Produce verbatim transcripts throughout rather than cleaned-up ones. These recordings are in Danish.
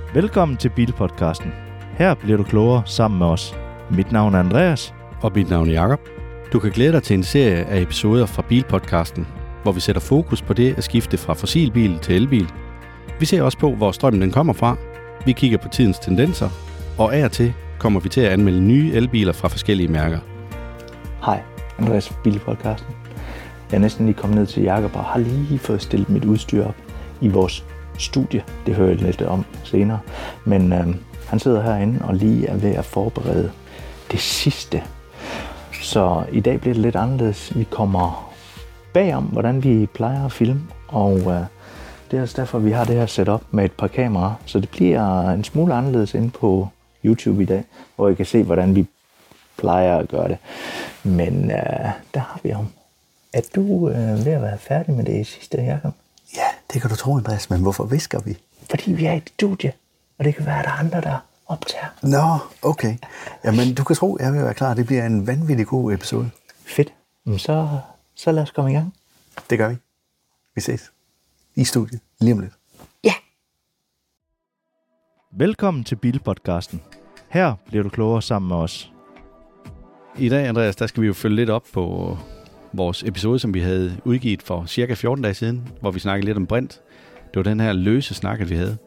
Velkommen til Bilpodcasten. Her bliver du klogere sammen med os. Mit navn er Andreas. Og mit navn er Jakob. Du kan glæde dig til en serie af episoder fra Bilpodcasten, hvor vi sætter fokus på det at skifte fra fossilbil til elbil. Vi ser også på, hvor strømmen den kommer fra. Vi kigger på tidens tendenser, og af og til kommer vi til at anmelde nye elbiler fra forskellige mærker. Hej, Andreas fra Bilpodcasten. Jeg er næsten lige kommet ned til Jakob og har lige fået stillet mit udstyr op i vores studie. Det hører jeg lidt om senere. Men øh, han sidder herinde og lige er ved at forberede det sidste. Så i dag bliver det lidt anderledes. Vi kommer bagom, hvordan vi plejer at filme. Og øh, det er også derfor, vi har det her setup med et par kameraer. Så det bliver en smule anderledes inde på YouTube i dag, hvor I kan se, hvordan vi plejer at gøre det. Men øh, der har vi ham. Er du øh, ved at være færdig med det sidste, Jakob? Ja, det kan du tro, Andreas, men hvorfor visker vi? Fordi vi er i et studie, og det kan være, at der er andre, der optager. Nå, okay. Jamen, du kan tro, jeg vil være klar. Det bliver en vanvittig god episode. Fedt. Så, så lad os komme i gang. Det gør vi. Vi ses i studiet lige om lidt. Ja! Velkommen til Bilpodcasten. Her bliver du klogere sammen med os. I dag, Andreas, der skal vi jo følge lidt op på vores episode, som vi havde udgivet for cirka fjorten dage siden, hvor vi snakkede lidt om brint. Det var den her løse snak, vi havde.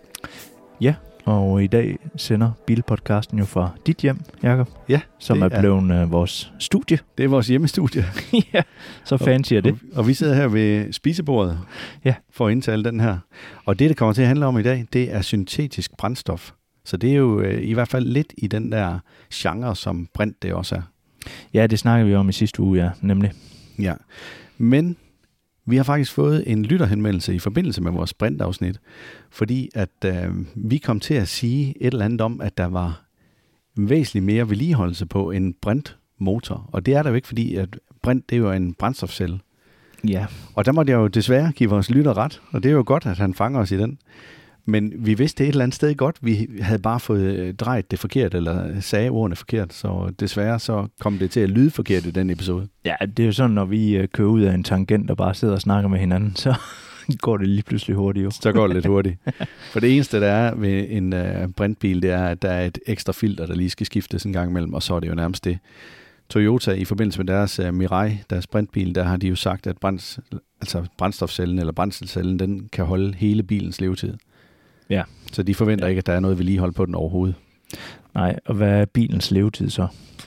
Ja, og i dag sender Bilpodcasten jo fra dit hjem, Jakob. Ja. Som er blevet uh, vores studie. Det er vores hjemmestudie. Ja, så fancy er det. Og, og vi sidder her ved spisebordet, ja, for at indtale den her. Og det, det kommer til at handle om i dag, det er syntetisk brændstof. Så det er jo øh, i hvert fald lidt i den der genre, som brint det også er. Ja, det snakkede vi om i sidste uge, ja, nemlig. Ja, men vi har faktisk fået en lytterhenvendelse i forbindelse med vores brintafsnit, fordi at øh, vi kom til at sige et eller andet om, at der var væsentligt mere vedligeholdelse på en brintmotor. Og det er der jo ikke, fordi at brint, det er jo en brændstofcelle. Ja. Og der måtte jeg jo desværre give vores lytter ret, og det er jo godt, at han fanger os i den. Men vi vidste det et eller andet sted godt. Vi havde bare fået drejet det forkert, eller sagde ordene forkert. Så desværre så kom det til at lyde forkert i den episode. Ja, det er jo sådan, når vi kører ud af en tangent og bare sidder og snakker med hinanden, så går det lige pludselig hurtigt jo. Så går det lidt hurtigt. For det eneste, der er ved en uh, brintbil, det er, at der er et ekstra filter, der lige skal skiftes en gang imellem, og så er det jo nærmest det. Toyota i forbindelse med deres uh, Mirai, deres brintbil, der har de jo sagt, at brænds, altså brændstofcellen eller brændselscellen, den kan holde hele bilens levetid. Ja. Så de forventer ikke, at der er noget vedligehold på den overhovedet. Nej, og hvad er bilens levetid så?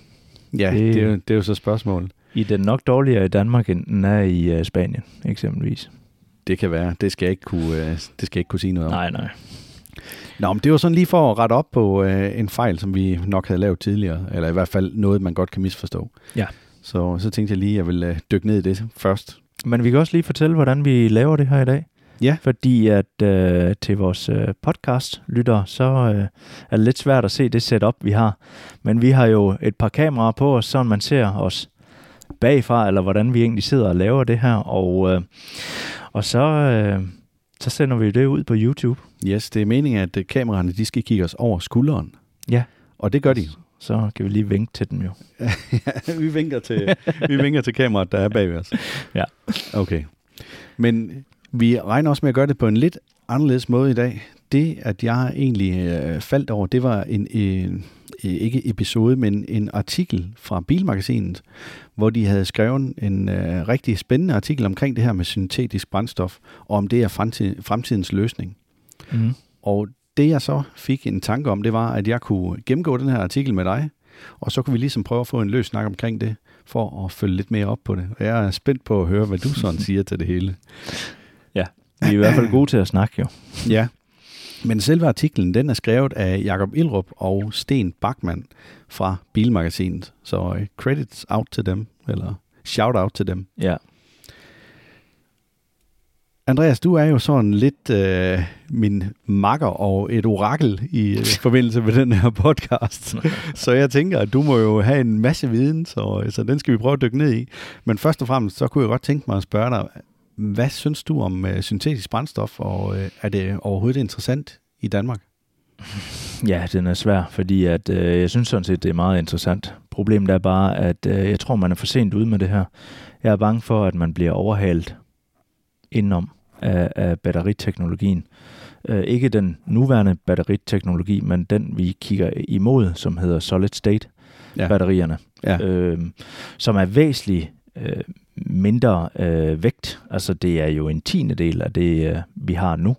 Ja, det, det, er, jo, det er jo så spørgsmålet. I den nok dårligere i Danmark, end den er i uh, Spanien, eksempelvis. Det kan være. Det skal jeg ikke kunne, uh, det skal jeg ikke kunne sige noget om. Nej, nej. Nå, men det var sådan lige for at rette op på uh, en fejl, som vi nok havde lavet tidligere. Eller i hvert fald noget, man godt kan misforstå. Ja. Så, så tænkte jeg lige, at jeg ville uh, dykke ned i det først. Men vi kan også lige fortælle, hvordan vi laver det her i dag. Ja. Fordi at øh, til vores øh, podcast-lyttere, så øh, er det lidt svært at se det setup, vi har. Men vi har jo et par kameraer på os, så man ser os bagfra, eller hvordan vi egentlig sidder og laver det her. Og, øh, og så, øh, så sender vi det ud på YouTube. Yes, det er meningen, at kameraerne de skal kigge os over skulderen. Ja. Og det gør de. Så kan vi lige vinke til dem jo. Ja, vi vinker til, vi vinker til kameraet, der er bag os. Ja. Okay. Men vi regner også med at gøre det på en lidt anderledes måde i dag. Det, at jeg egentlig øh, faldt over, det var en, en, ikke episode, men en artikel fra Bilmagasinet, hvor de havde skrevet en øh, rigtig spændende artikel omkring det her med syntetisk brændstof, og om det er fremtid, fremtidens løsning. Mm. Og det, jeg så fik en tanke om, det var, at jeg kunne gennemgå den her artikel med dig, og så kunne vi ligesom prøve at få en løs snak omkring det, for at følge lidt mere op på det. Og jeg er spændt på at høre, hvad du sådan siger til det hele. Ja, vi er i hvert fald gode til at snakke jo. Ja, men selve artiklen, den er skrevet af Jakob Ilrup og Sten Bachmann fra Bilmagasinet. Så uh, credits out til dem, eller shout out til dem. Ja. Andreas, du er jo sådan lidt øh, min makker og et orakel i øh, forbindelse med den her podcast. Så jeg tænker, at du må jo have en masse viden, så, så den skal vi prøve at dykke ned i. Men først og fremmest, så kunne jeg godt tænke mig at spørge dig, hvad synes du om øh, syntetisk brændstof, og øh, er det overhovedet interessant i Danmark? Ja, den er svær, fordi at, øh, jeg synes sådan set, det er meget interessant. Problemet er bare, at øh, jeg tror, man er for sent ude med det her. Jeg er bange for, at man bliver overhalet indenom. af, af batteriteknologien. Uh, ikke den nuværende batteriteknologi, men den vi kigger imod, som hedder solid state ja. batterierne, ja. Uh, som er væsentligt uh, mindre uh, vægt. Altså det er jo en tiende del af det, uh, vi har nu.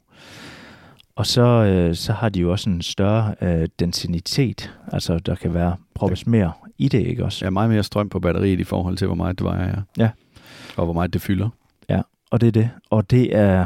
Og så, uh, så har de jo også en større uh, densitet, altså der kan være proppes mere i det, ikke også? Ja, meget mere strøm på batteriet i forhold til, hvor meget det vejer, ja. Ja. Og hvor meget det fylder. Ja, og det er det. Og det er...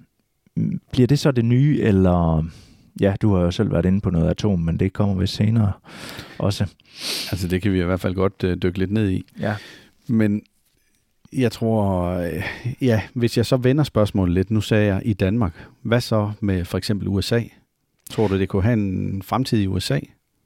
Bliver det så det nye, eller... Ja, du har jo selv været inde på noget atom, men det kommer vist senere også. Altså, det kan vi i hvert fald godt øh, dykke lidt ned i. Ja. Men jeg tror... Øh, ja, hvis jeg så vender spørgsmålet lidt, nu sagde jeg i Danmark. Hvad så med for eksempel U S A? Tror du, det kunne have en fremtid i U S A?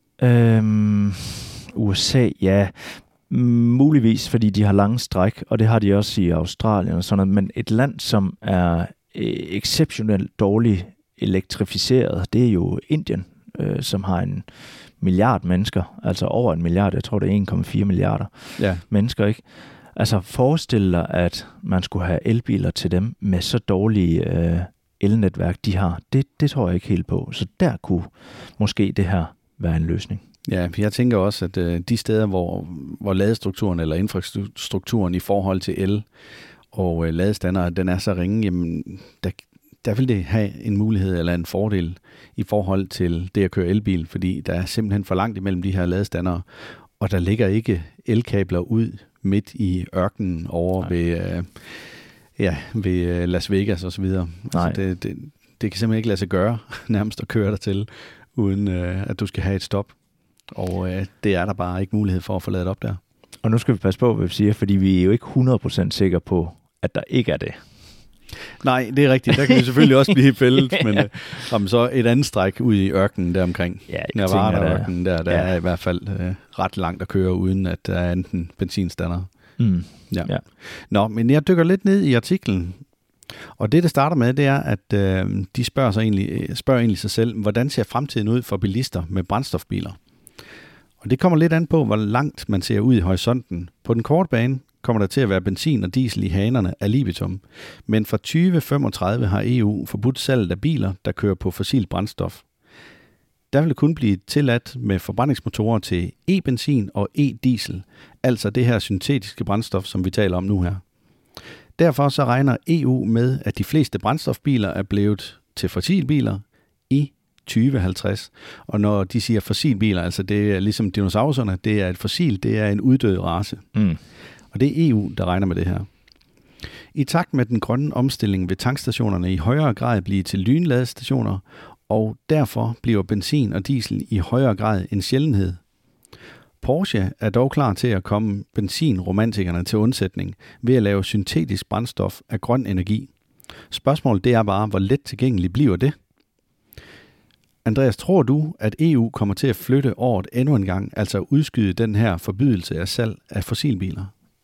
Øhm, U S A, ja... Muligvis, fordi de har lange stræk, og det har de også i Australien og sådan noget, men et land, som er exceptionelt dårligt elektrificeret, det er jo Indien, øh, som har en milliard mennesker, altså over en milliard, jeg tror det er en komma fire milliarder ja. mennesker, ikke? Altså forestil dig, at man skulle have elbiler til dem med så dårlige øh, elnetværk, de har. Det, det tror jeg ikke helt på, så der kunne måske det her være en løsning. Ja, jeg tænker også, at øh, de steder, hvor, hvor ladestrukturen eller infrastrukturen i forhold til el og øh, ladestander, den er så ringe, jamen, der, der vil det have en mulighed eller en fordel i forhold til det at køre elbil, fordi der er simpelthen for langt imellem de her ladestander, og der ligger ikke elkabler ud midt i ørkenen over Nej. ved, øh, ja, ved Las Vegas og så videre. Altså det, det, det kan simpelthen ikke lade sig gøre nærmest at køre dig til, uden øh, at du skal have et stop. Og øh, det er der bare ikke mulighed for at få ladet op der. Og nu skal vi passe på, hvad vi siger, fordi vi er jo ikke hundrede procent sikre på, at der ikke er det. Nej, det er rigtigt. Der kan vi selvfølgelig også blive fældet, men øh, om så et andet stræk ud i ørkenen deromkring. Ja, Nevada-ørkenen, der, der ja. er i hvert fald øh, ret langt at køre, uden at der er enten benzinstander. Mm. Ja. Ja. Nå, men jeg dykker lidt ned i artiklen. Og det, det starter med, det er, at øh, de spørger, sig egentlig, spørger egentlig sig selv, hvordan ser fremtiden ud for bilister med brændstofbiler? Og det kommer lidt an på, hvor langt man ser ud i horisonten. På den korte bane kommer der til at være benzin og diesel i hanerne af libitum. Men fra tyve femogtredive har E U forbudt salget af biler, der kører på fossilt brændstof. Der vil det kun blive tilladt med forbrændingsmotorer til e-benzin og e-diesel, altså det her syntetiske brændstof, som vi taler om nu her. Derfor så regner E U med, at de fleste brændstofbiler er blevet til fossilbiler i tyve halvtreds. Og når de siger fossilbiler, altså det er ligesom dinosaurerne, det er et fossil, det er en uddød race. Mm. Og det er E U, der regner med det her. I takt med den grønne omstilling vil tankstationerne i højere grad blive til lynladestationer, og derfor bliver benzin og diesel i højere grad en sjældenhed. Porsche er dog klar til at komme benzinromantikerne til undsætning ved at lave syntetisk brændstof af grøn energi. Spørgsmålet det er bare, hvor let tilgængeligt bliver det? Andreas, tror du, at E U kommer til at flytte året endnu en gang, altså udskyde den her forbydelse af salg af fossilbiler?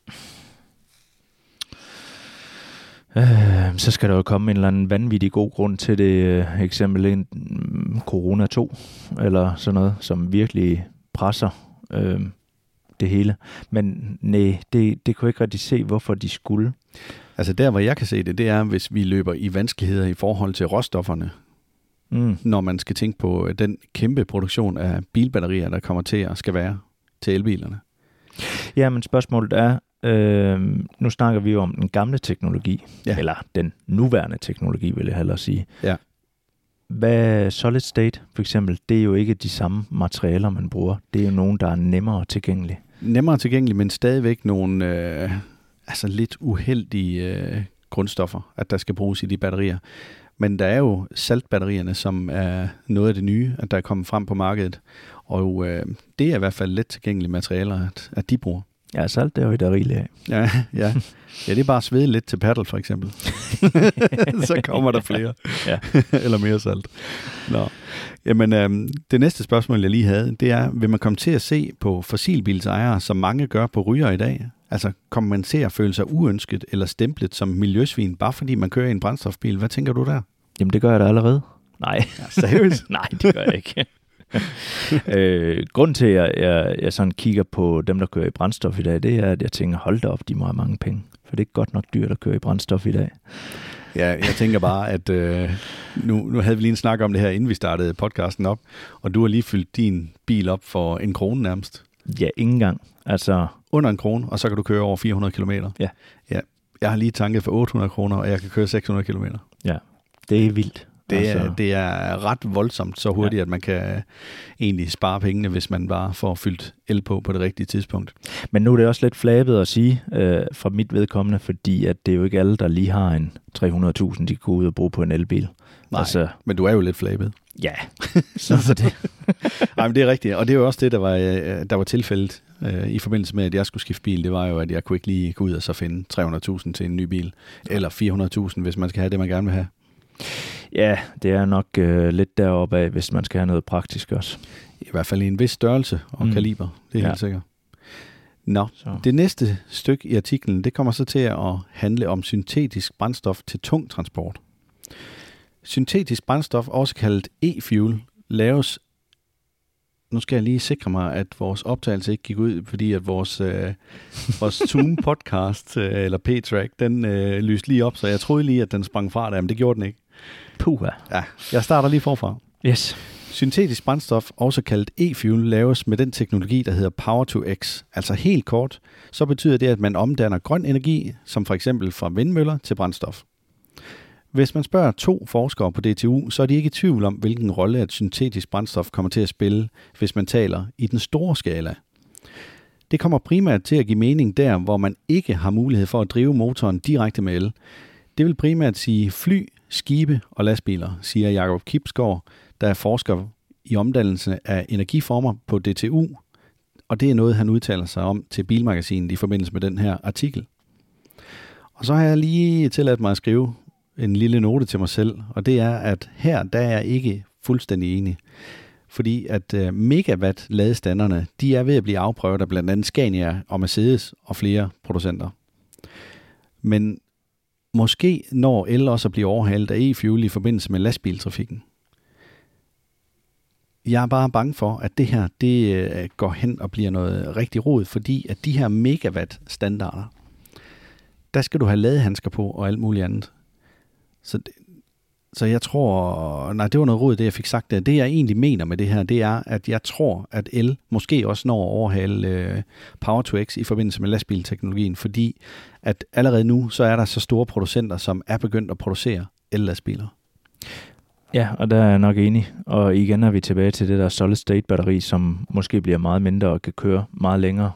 Øh, så skal der jo komme en eller anden vanvittig god grund til det, eksempel en corona to, eller sådan noget, som virkelig presser øh, det hele. Men nej, det, det kunne jeg ikke rigtig se, hvorfor de skulle. Altså der, hvor jeg kan se det, det er, hvis vi løber i vanskeligheder i forhold til råstofferne. Mm. Når man skal tænke på den kæmpe produktion af bilbatterier, der kommer til at skal være til elbilerne. Ja, men spørgsmålet er, øh, nu snakker vi jo om den gamle teknologi, ja. Eller den nuværende teknologi, vil jeg hellere sige. Ja. Hvad solid state, for eksempel, det er jo ikke de samme materialer, man bruger. Det er jo nogen, der er nemmere tilgængelige. Nemmere tilgængelige, men stadigvæk nogle øh, altså lidt uheldige øh, grundstoffer, at der skal bruges i de batterier. Men der er jo saltbatterierne, som er noget af det nye, at der er kommet frem på markedet. Og øh, det er i hvert fald let tilgængelige materialer, at, at de bruger. Ja, salt det er jo der rigeligt af. Ja, ja. ja, det er bare at svede lidt til paddle, for eksempel. Så kommer der flere. Ja. Eller mere salt. Nå. Jamen, øh, det næste spørgsmål, jeg lige havde, det er, vil man komme til at se på fossilbilsejere, som mange gør på ryger i dag? Altså, kommer man til at føle sig uønsket eller stemplet som miljøsvin, bare fordi man kører i en brændstofbil? Hvad tænker du der? Jamen, det gør jeg da allerede. Nej. Ja, seriøst? Nej, det gør jeg ikke. øh, grunden til, at jeg, jeg, jeg sådan kigger på dem, der kører i brændstof i dag, det er, at jeg tænker, hold da op, de må have mange penge. For det er godt nok dyrt at køre i brændstof i dag. Ja, jeg tænker bare, at øh, nu, nu havde vi lige en snak om det her, inden vi startede podcasten op, og du har lige fyldt din bil op for en krone nærmest. Ja, ikke engang. Altså... Under en krone, og så kan du køre over fire hundrede kilometer. Ja. Ja. Jeg har lige tanket for otte hundrede kroner, og jeg kan køre seks hundrede kilometer. Ja, det er vildt. Det, altså... er, det er ret voldsomt så hurtigt, ja. At man kan egentlig spare pengene, hvis man bare får fyldt el på på det rigtige tidspunkt. Men nu er det også lidt flabet at sige øh, fra mit vedkommende, fordi at det er jo ikke alle, der lige har en tre hundrede tusind, de kan gå ud og bruge på en elbil. Nej, altså... men du er jo lidt flabet. Ja, så for det. Nej, men det er rigtigt, og det er jo også det, der var, der var tilfældet øh, i forbindelse med, at jeg skulle skifte bil. Det var jo, at jeg kunne ikke lige gå ud og så finde tre hundrede tusind til en ny bil, eller fire hundrede tusind, hvis man skal have det, man gerne vil have. Ja, det er nok øh, lidt deroppe af, hvis man skal have noget praktisk også. I hvert fald i en vis størrelse og mm. kaliber, det er ja. Helt sikkert. Nå, så. Det næste stykke i artiklen, det kommer så til at handle om syntetisk brændstof til tung transport. Syntetisk brændstof, også kaldet e-fuel, laves... Nu skal jeg lige sikre mig, at vores optagelse ikke gik ud, fordi at vores, øh, vores Zoom-podcast, øh, eller P-track, den øh, lyste lige op, så jeg troede lige, at den sprang fra der, men det gjorde den ikke. Puha. Ja, jeg starter lige forfra. Yes. Syntetisk brændstof, også kaldet e-fuel, laves med den teknologi, der hedder Power to X. Altså helt kort, så betyder det, at man omdanner grøn energi, som for eksempel fra vindmøller, til brændstof. Hvis man spørger to forskere på D T U, så er de ikke i tvivl om, hvilken rolle et syntetisk brændstof kommer til at spille, hvis man taler i den store skala. Det kommer primært til at give mening der, hvor man ikke har mulighed for at drive motoren direkte med el. Det vil primært sige fly, skibe og lastbiler, siger Jakob Kibsgaard, der er forsker i omdannelse af energiformer på D T U, og det er noget, han udtaler sig om til Bilmagasinet i forbindelse med den her artikel. Og så har jeg lige tilladt mig at skrive en lille note til mig selv, og det er, at her der er jeg ikke fuldstændig enig. Fordi at uh, megawatt ladestanderne, de er ved at blive afprøvet af blandt andet Scania og Mercedes og flere producenter. Men måske når el også at blive overhalet af e-fuel i forbindelse med lastbiltrafikken. Jeg er bare bange for, at det her det uh, går hen og bliver noget rigtig rod, fordi at de her megawatt standarder, der skal du have ladehandsker på og alt muligt andet. Så, det, så jeg tror, nej, det var noget råd, det jeg fik sagt der. Det jeg egentlig mener med det her, det er, at jeg tror, at el måske også når at overhale øh, Power to X i forbindelse med lastbilteknologien, fordi at allerede nu, så er der så store producenter, som er begyndt at producere el-lastbiler. Ja, og der er jeg nok enig. Og igen er vi tilbage til det der solid state batteri, som måske bliver meget mindre og kan køre meget længere.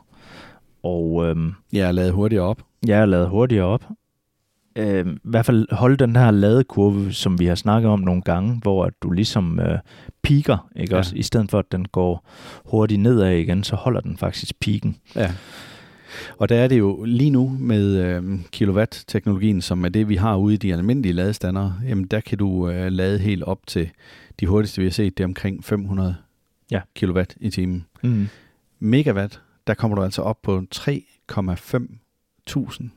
Og øhm, jeg er lavet hurtigere op. Jeg er lavet hurtigere op. Øh, I hvert fald holde den her ladekurve, som vi har snakket om nogle gange, hvor at du ligesom øh, piker, ikke ja. Også? I stedet for, at den går hurtigt nedad igen, så holder den faktisk piken. Ja. Og der er det jo lige nu med øh, kilowatt-teknologien, som er det, vi har ude i de almindelige ladestandere, jamen der kan du øh, lade helt op til de hurtigste, vi har set, det er omkring fem hundrede ja. Kilowatt i timen. Mm. Megawatt, der kommer du altså op på tre komma fem tusind.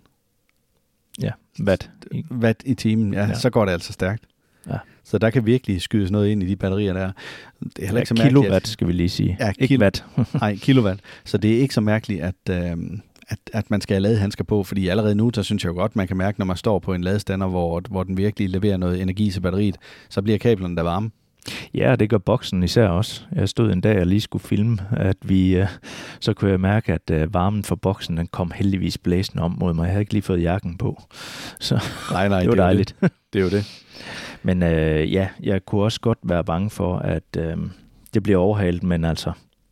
Ja, watt. Watt i timen, ja, ja, så går det altså stærkt. Ja. Så der kan virkelig skydes noget ind i de batterier der. Det er heller ikke så mærkeligt. Kilowatt, skal vi lige sige. Ja, ikke watt. Nej, kilowatt. Så det er ikke så mærkeligt, at, øh, at, at man skal have ladehandsker på, fordi allerede nu, der synes jeg jo godt, man kan mærke, når man står på en ladestander, hvor, hvor den virkelig leverer noget energi til batteriet, så bliver kablerne der varme. Ja, det gør boksen især også. Jeg stod en dag og lige skulle filme, at vi, øh, så kunne jeg mærke, at øh, varmen fra boksen, den kom heldigvis blæsende om mod mig. Jeg havde ikke lige fået jakken på. Så nej, nej, det var det dejligt. Det. det er jo det. Men øh, ja, jeg kunne også godt være bange for, at øh, det bliver overhalet, men altså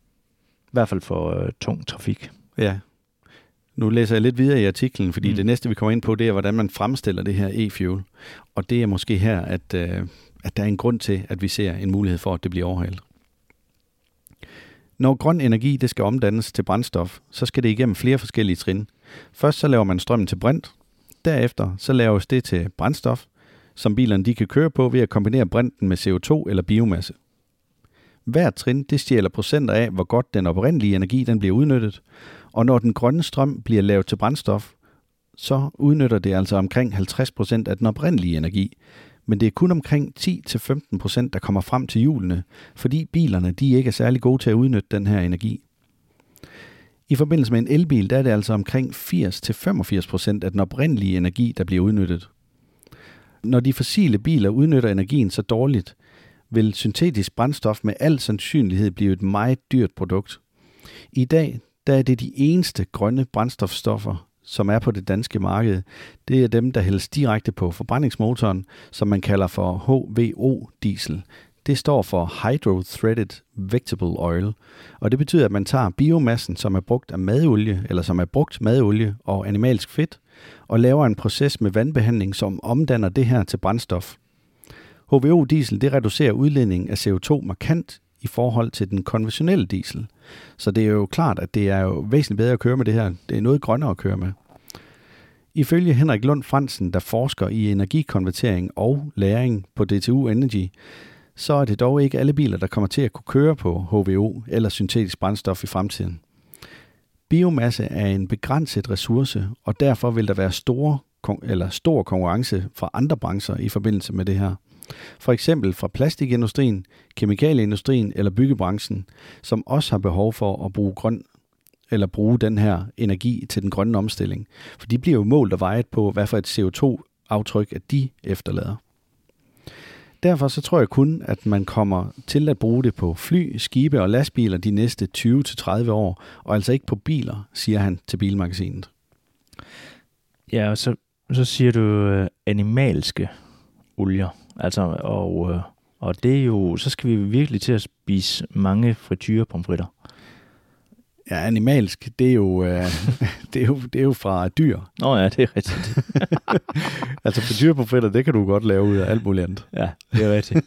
i hvert fald for øh, tung trafik. Ja. Nu læser jeg lidt videre i artiklen, fordi mm. det næste, vi kommer ind på, det er, hvordan man fremstiller det her e-fuel. Og det er måske her, at... Øh, at der er en grund til, at vi ser en mulighed for, at det bliver overhalet. Når grøn energi det skal omdannes til brændstof, så skal det igennem flere forskellige trin. Først så laver man strømmen til brint. Derefter så laves det til brændstof, som bilerne de kan køre på ved at kombinere brinten med C O to eller biomasse. Hver trin det stjæler procenter af, hvor godt den oprindelige energi den bliver udnyttet. Og når den grønne strøm bliver lavet til brændstof, så udnytter det altså omkring halvtreds procent af den oprindelige energi. Men det er kun omkring ti til femten procent, der kommer frem til hjulene, fordi bilerne de ikke er særlig gode til at udnytte den her energi. I forbindelse med en elbil, der er det altså omkring firs til femogfirs procent af den oprindelige energi, der bliver udnyttet. Når de fossile biler udnytter energien så dårligt, vil syntetisk brændstof med al sandsynlighed blive et meget dyrt produkt. I dag der er det de eneste grønne brændstofstoffer, som er på det danske marked. Det er dem, der hældes direkte på forbrændingsmotoren, som man kalder for H V O-diesel. Det står for Hydro-Threaded Vegetable Oil, og det betyder, at man tager biomassen, som er brugt af madolie, eller som er brugt madolie og animalsk fedt, og laver en proces med vandbehandling, som omdanner det her til brændstof. H V O-diesel det reducerer udledningen af C O to markant i forhold til den konventionelle diesel. Så det er jo klart, at det er jo væsentligt bedre at køre med det her. Det er noget grønnere at køre med. Ifølge Henrik Lund Fransen, der forsker i energikonvertering og lagring på D T U Energy, så er det dog ikke alle biler, der kommer til at kunne køre på H V O eller syntetisk brændstof i fremtiden. Biomasse er en begrænset ressource, og derfor vil der være store, eller stor konkurrence fra andre brancher i forbindelse med det her. For eksempel fra plastikindustrien, kemikalieindustrien eller byggebranchen, som også har behov for at bruge grøn eller bruge den her energi til den grønne omstilling. For de bliver jo målt og vejet på, hvad for et C O to aftryk, at de efterlader. Derfor så tror jeg kun, at man kommer til at bruge det på fly, skibe og lastbiler de næste tyve til tredive år, og altså ikke på biler, siger han til Bilmagasinet. Ja, og så, så siger du øh, animalske olier. Altså, og, øh, og det er jo, så skal vi virkelig til at spise mange frityrepomfritter. Ja, animalsk, det er jo, øh, det er jo, det er jo fra dyr. Nå ja, det er rigtigt. Altså frityrepomfritter, det kan du godt lave ud af alt muligt andet. Ja, det er rigtigt.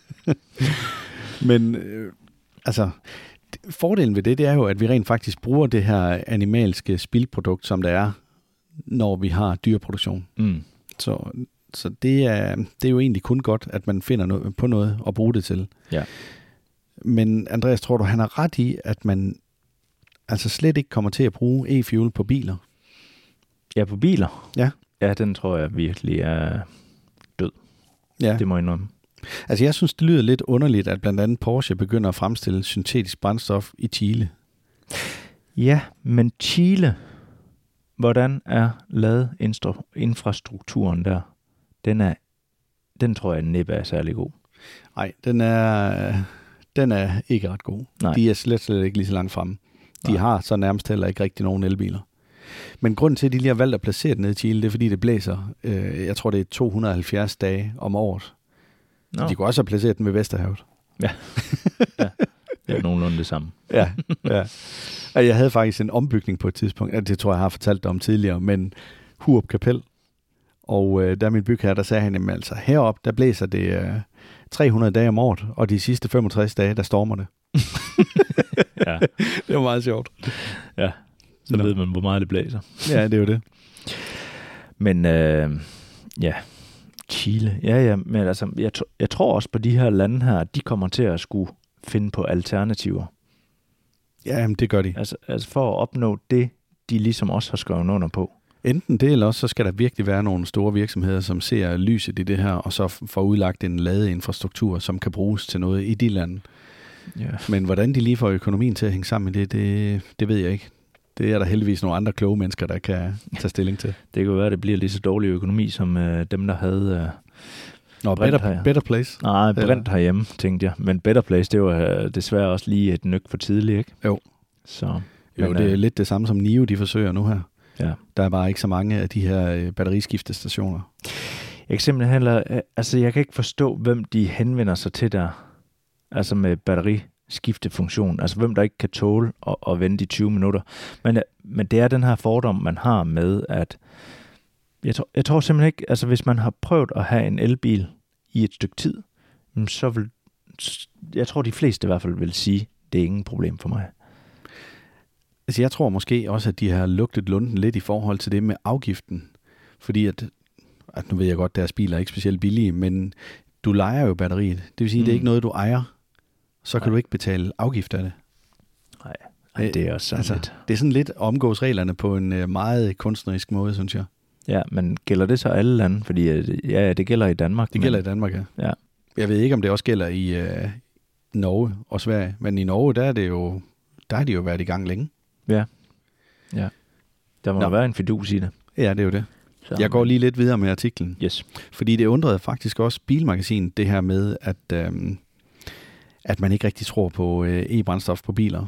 Men øh, altså, fordelen ved det, det er jo, at vi rent faktisk bruger det her animalske spildprodukt, som der er, når vi har dyreproduktion. Mm. Så, så det, er, det er jo egentlig kun godt, at man finder noget, på noget at bruge det til. Ja. Men Andreas, tror du, han har ret i, at man altså slet ikke kommer til at bruge e-fuel på biler? Ja, på biler? Ja. Ja, den tror jeg virkelig er død. Ja. Det må jeg indrømme. Altså jeg synes, det lyder lidt underligt, at blandt andet Porsche begynder at fremstille syntetisk brændstof i Chile. Ja, men Chile, hvordan er ladeinfrastrukturen der? Den er, den tror jeg næppe er særlig god. Nej, den er, den er ikke ret god. Nej. De er slet, slet ikke lige så langt fremme. De Nej. har så nærmest heller ikke rigtig nogen elbiler. Men grunden til, at de lige har valgt at placere den nede i Chile, det er, fordi det blæser, øh, jeg tror, det er to hundrede og halvfjerds dage om året. Nå. De kunne også have placeret den ved Vesterhavet. Ja, ja. Det er nogenlunde det samme. ja, ja. Og jeg havde faktisk en ombygning på et tidspunkt, det tror jeg, jeg har fortalt dig om tidligere, men Hurup Kapel. Og øh, der min bygherre, der sagde han, jamen altså heroppe, der blæser det øh, tre hundrede dage om året, og de sidste femogtres dage, der stormer det. Ja. Det var meget sjovt. Ja, så Nå. ved man, hvor meget det blæser. Ja, det er jo det. Men øh, ja, Chile, ja ja, men altså, jeg, t- jeg tror også på de her lande her, de kommer til at skulle finde på alternativer. Ja, jamen, det gør de. Altså, altså for at opnå det, de ligesom også har skrevet under på. Enten det, eller også så skal der virkelig være nogle store virksomheder, som ser lyset i det her, og så får udlagt en ladeinfrastruktur, som kan bruges til noget i de lande. Ja. Men hvordan de lige får økonomien til at hænge sammen med det, det, det ved jeg ikke. Det er der heldigvis nogle andre kloge mennesker, der kan tage stilling til. Det kan jo være, at det bliver lige så dårlig økonomi, som øh, dem, der havde... Øh, Nå, better, better Place. Nej, Brent herhjemme, tænkte jeg. Men Better Place, det var øh, desværre også lige et nyk for tidligt, ikke? Jo. Så, jo, men, det er øh, lidt det samme som Nio, de forsøger nu her. Ja. Der er bare ikke så mange af de her øh, batteriskiftestationer. Jeg kan simpelthen heller, øh, altså jeg kan ikke forstå, hvem de henvender sig til der, altså med batteriskiftefunktion. Altså hvem der ikke kan tåle at, at vente i tyve minutter. Men, men det er den her fordom, man har med, at jeg tror, jeg tror simpelthen ikke, altså hvis man har prøvet at have en elbil i et stykke tid, så vil, jeg tror de fleste i hvert fald vil sige, det er ingen problem for mig. Altså jeg tror måske også, at de har lugtet lunden lidt i forhold til det med afgiften. Fordi at, at nu ved jeg godt, at deres biler er ikke specielt billige, men du lejer jo batteriet. Det vil sige, mm. at det er ikke noget, du ejer. Så kan Nej. du ikke betale afgift af det. Nej, Ej, det er også sådan altså, lidt. Det er sådan lidt omgås reglerne på en meget kunstnerisk måde, synes jeg. Ja, men gælder det så alle lande? Fordi ja, det gælder i Danmark. Det gælder men... i Danmark, ja. ja. Jeg ved ikke, om det også gælder i øh, Norge og Sverige. Men i Norge, der er det jo, der har de jo været i gang længe. Ja, ja. Der må Nå. være en fidus i det. Ja, det er jo det. Så, Jeg går lige lidt videre med artiklen. Yes. Fordi det undrede faktisk også Bilmagasinet, det her med, at, øhm, at man ikke rigtig tror på øh, e-brændstof på biler.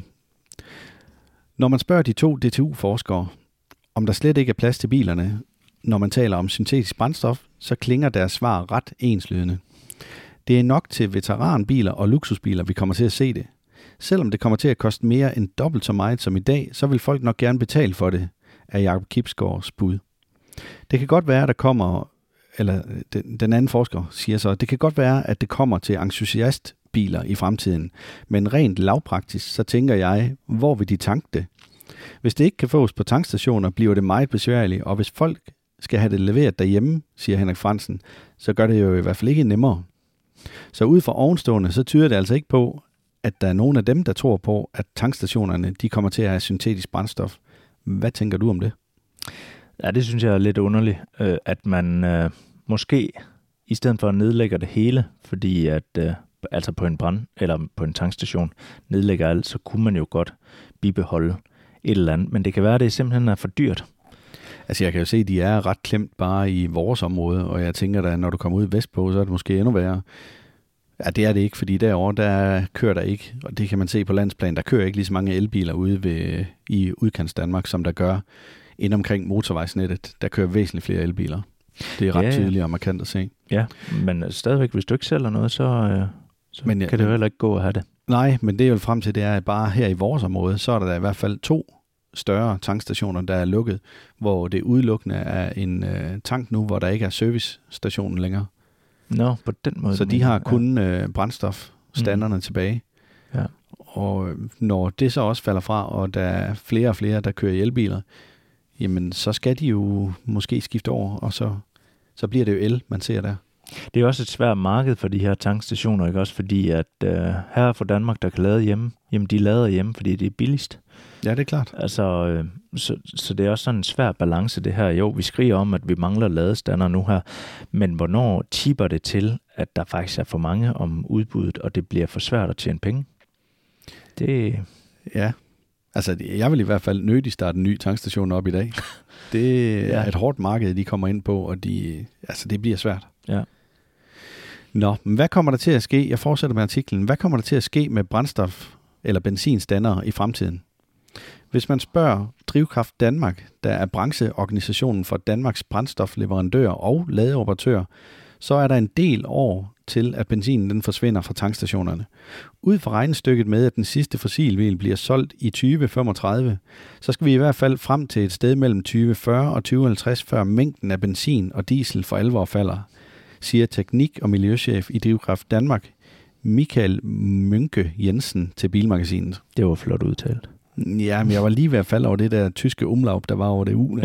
Når man spørger de to D T U-forskere, om der slet ikke er plads til bilerne, når man taler om syntetisk brændstof, så klinger deres svar ret enslydende. Det er nok til veteranbiler og luksusbiler, vi kommer til at se det. Selvom det kommer til at koste mere end dobbelt så meget som i dag, så vil folk nok gerne betale for det, er Jacob Kibsgaards bud. Det kan godt være, at der kommer, eller den, den anden forsker siger så, det kan godt være, at det kommer til entusiastbiler i fremtiden, men rent lavpraktisk, så tænker jeg, hvor vil de tanke det? Hvis det ikke kan fås på tankstationer, bliver det meget besværligt, og hvis folk skal have det leveret derhjemme, siger Henrik Fransen, så gør det jo i hvert fald ikke nemmere. Så ud fra ovenstående, så tyder det altså ikke på, at der er nogen af dem, der tror på, at tankstationerne de kommer til at have syntetisk brændstof. Hvad tænker du om det? Ja, det synes jeg er lidt underligt, at man øh, måske i stedet for at nedlægge det hele, fordi at øh, altså på en brand eller på en tankstation nedlægger alt, så kunne man jo godt bibeholde et eller andet, men det kan være, at det simpelthen er for dyrt. Altså jeg kan jo se, at de er ret klemt bare i vores område, og jeg tænker da, når du kommer ud vestpå, så er det måske endnu værre. Ja, det er det ikke, fordi derovre, der kører der ikke, og det kan man se på landsplan, der kører ikke lige så mange elbiler ude ved, i udkants Danmark, som der gør ind omkring motorvejsnettet. Der kører væsentligt flere elbiler. Det er ret ja, ja. tydeligt og markant at se. Ja, men stadigvæk, hvis du ikke sælger noget, så, øh, så men, ja, kan det jo heller ikke gå at have det. Nej, men det er jo frem til, det er bare her i vores område, så er der, der i hvert fald to større tankstationer, der er lukket, hvor det udelukkende er en øh, tank nu, hvor der ikke er servicestationen længere. Nå, på den måde. Så de har kun ja. øh, brændstofstanderne mm. tilbage. Ja. Og når det så også falder fra, og der er flere og flere, der kører i elbiler, jamen så skal de jo måske skifte over, og så, så bliver det jo el, man ser der. Det er også et svært marked for de her tankstationer, ikke også? Fordi at øh, her for Danmark, der kan lade hjemme, jamen de lader hjemme, fordi det er billigst. Ja, det er klart. Altså, øh, så, så det er også sådan en svær balance, det her. Jo, vi skriger om, at vi mangler ladestander nu her, men hvornår tipper det til, at der faktisk er for mange om udbuddet, og det bliver for svært at tjene penge? Det... Ja, altså jeg vil i hvert fald nødigt starte en ny tankstation op i dag. Det er ja. et hårdt marked, de kommer ind på, og de, altså, det bliver svært. Ja. Nå, men hvad kommer der til at ske? Jeg fortsætter med artiklen. Hvad kommer der til at ske med brændstof eller benzinstandere i fremtiden? Hvis man spørger Drivkraft Danmark, der er brancheorganisationen for Danmarks brændstofleverandører og ladeoperatører, så er der en del år til, at benzinen den forsvinder fra tankstationerne. Ud fra regnestykket med, at den sidste fossilbil bliver solgt i tyve femogtredive, så skal vi i hvert fald frem til et sted mellem tyve fyrre og tyve halvtreds, før mængden af benzin og diesel for alvor falder, siger teknik- og miljøchef i Drivkraft Danmark, Michael Mønke Jensen til Bilmagasinet. Det var flot udtalt. Ja, men jeg var lige ved at falde over det der tyske umlaut, der var over det u.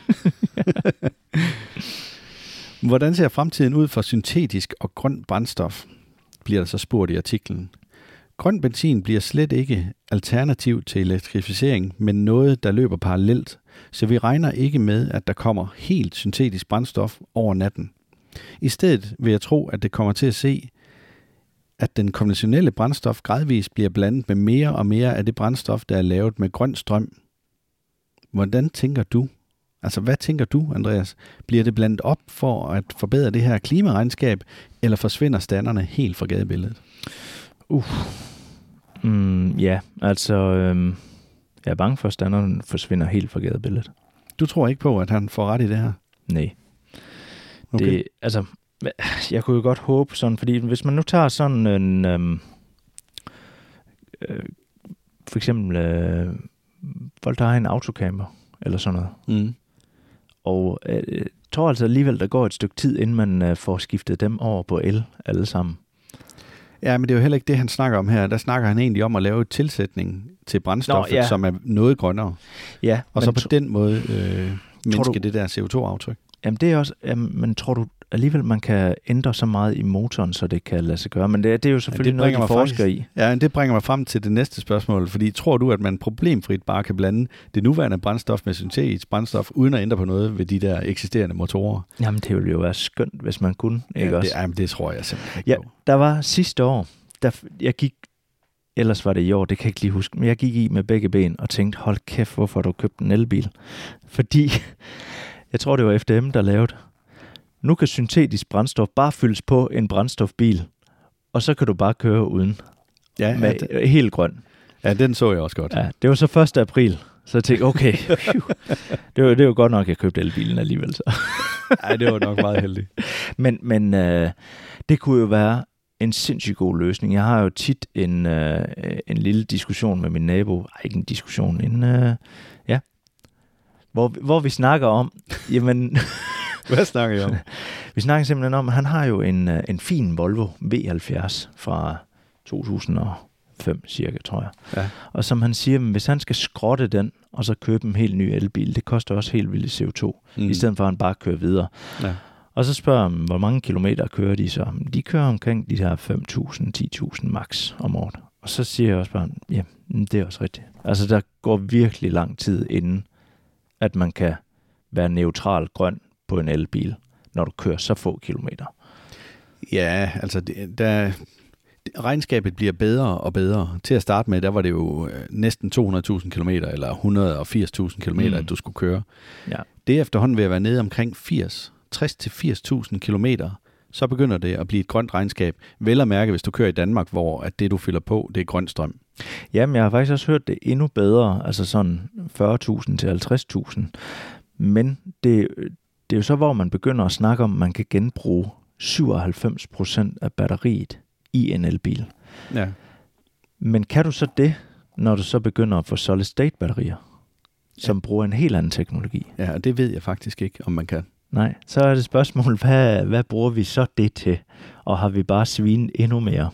Hvordan ser fremtiden ud for syntetisk og grøn brændstof, bliver der så spurgt i artiklen. Grøn benzin bliver slet ikke alternativ til elektrificering, men noget, der løber parallelt, så vi regner ikke med, at der kommer helt syntetisk brændstof over natten. I stedet vil jeg tro, at det kommer til at se, at den konventionelle brændstof gradvist bliver blandet med mere og mere af det brændstof, der er lavet med grøn strøm. Hvordan tænker du? Altså, hvad tænker du, Andreas? Bliver det blandet op for at forbedre det her klimaregnskab, eller forsvinder standerne helt fra gadebilledet? Uh. Mm, ja, altså, øhm, jeg er bange for, at standerne forsvinder helt fra gadebilledet. Du tror ikke på, at han får ret i det her? Nej. Okay. Det, altså, jeg kunne jo godt håbe sådan, fordi hvis man nu tager sådan en, øhm, øh, for eksempel, øh, folk der har en autocamper, eller sådan noget, mm. og øh, jeg tror altså alligevel, der går et stykke tid, inden man øh, får skiftet dem over på el, alle sammen. Ja, men det er jo heller ikke det, han snakker om her. Der snakker han egentlig om at lave et tilsætning til brændstoffet, Nå, ja. som er noget grønnere. Ja. Og så på den måde øh, mindske det der C O to aftryk. Jamen det er også, jamen, men tror du alligevel, man kan ændre så meget i motoren, så det kan lade sig gøre? Men det, det er jo selvfølgelig ja, noget, de forsker i. Ja, men det bringer mig frem til det næste spørgsmål, fordi tror du, at man problemfrit bare kan blande det nuværende brændstof med syntetisk brændstof, uden at ændre på noget ved de der eksisterende motorer? Jamen det ville jo være skønt, hvis man kunne. Ikke ja, også? Det, jamen, det tror jeg simpelthen ikke ja, på. Der var sidste år, der jeg gik, ellers var det i år, det kan jeg ikke lige huske, men jeg gik i med begge ben og tænkte, hold kæft, hvorfor har du købt en elbil? Fordi jeg tror det var F D M, der lavede, nu kan syntetisk brændstof bare fyldes på en brændstofbil, og så kan du bare køre uden. Ja, med, at, helt grøn. Ja, den så jeg også godt. Ja, det var så første april, så jeg tænkte, okay, det, var, det var godt nok, at jeg købte elbilen alligevel. Så. Ej, det var nok meget heldigt. Men, men øh, det kunne jo være en sindssygt god løsning. Jeg har jo tit en, øh, en lille diskussion med min nabo. Ej, ikke en diskussion, en... Øh, ja. Hvor, hvor vi snakker om... Jamen... Hvad snakker I om? Vi snakker simpelthen om, at han har jo en, en fin Volvo V halvfjerds fra to tusind og fem cirka, tror jeg. Ja. Og som han siger, hvis han skal skrotte den, og så købe en helt ny elbil, det koster også helt vildt C O to, mm. i stedet for at han bare kører videre. Ja. Og så spørger han, hvor mange kilometer kører de så? De kører omkring de her fem tusind, ti tusind max om året. Og så siger jeg også bare, ja, det er også rigtigt. Altså, der går virkelig lang tid inden, at man kan være neutral grøn på en elbil, når du kører så få kilometer. Ja, altså, det, der, regnskabet bliver bedre og bedre. Til at starte med, der var det jo næsten to hundrede tusind kilometer, eller et hundrede og firs tusind kilometer, mm. at du skulle køre. Ja. Det er efterhånden ved at være nede omkring firs, tres til firs tusind kilometer, så begynder det at blive et grønt regnskab. Vel at mærke, hvis du kører i Danmark, hvor at det, du fylder på, det er grøn strøm. Jamen, jeg har faktisk også hørt det endnu bedre, altså sådan fyrre tusind til halvtreds tusind. Men det, det er jo så, hvor man begynder at snakke om, at man kan genbruge syvoghalvfems procent af batteriet i en elbil. Ja. Men kan du så det, når du så begynder at få solid state batterier, som ja. bruger en helt anden teknologi? Ja, og det ved jeg faktisk ikke, om man kan. Nej, så er det spørgsmål, hvad, hvad bruger vi så det til? Og har vi bare svinet endnu mere?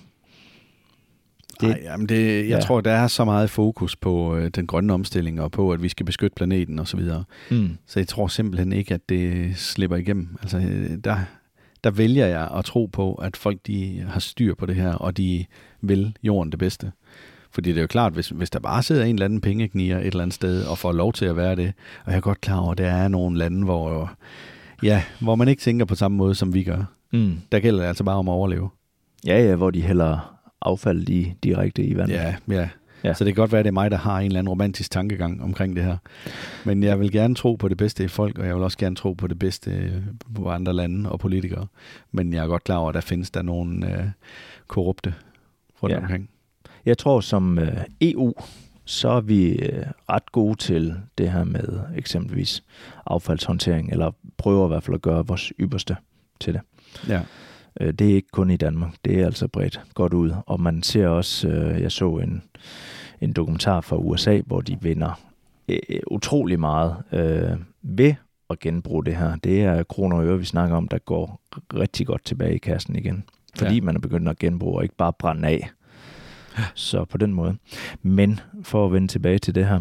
Det, Ej, jamen det, jeg ja. tror, der er så meget fokus på øh, den grønne omstilling, og på, at vi skal beskytte planeten og så videre. Mm. Så jeg tror simpelthen ikke, at det slipper igennem. Altså, der, der vælger jeg at tro på, at folk de har styr på det her, og de vil jorden det bedste. Fordi det er jo klart, hvis, hvis der bare sidder en eller anden pengekniger et eller andet sted, og får lov til at være det, og jeg er godt klar over, at der er nogle lande, hvor, ja, hvor man ikke tænker på samme måde, som vi gør. Mm. Der gælder det altså bare om at overleve. Ja, ja, hvor de hælder affald i, direkte i vandet. Ja, ja, ja. Så det kan godt være, at det er mig, der har en eller anden romantisk tankegang omkring det her. Men jeg vil gerne tro på det bedste i folk, og jeg vil også gerne tro på det bedste på andre lande og politikere. Men jeg er godt klar over, at der findes der nogle øh, korrupte rundt ja. omkring. Jeg tror, som øh, E U, så er vi øh, ret gode til det her med eksempelvis affaldshåndtering, eller prøver i hvert fald at gøre vores ypperste til det. Ja. Øh, det er ikke kun i Danmark, det er altså bredt godt ud. Og man ser også, øh, jeg så en, en dokumentar fra U S A, hvor de vinder øh, utrolig meget øh, ved at genbruge det her. Det er kroner og øre, vi snakker om, der går rigtig godt tilbage i kassen igen. Fordi ja. man er begyndt at genbruge og ikke bare brænde af. Så på den måde. Men for at vende tilbage til det her.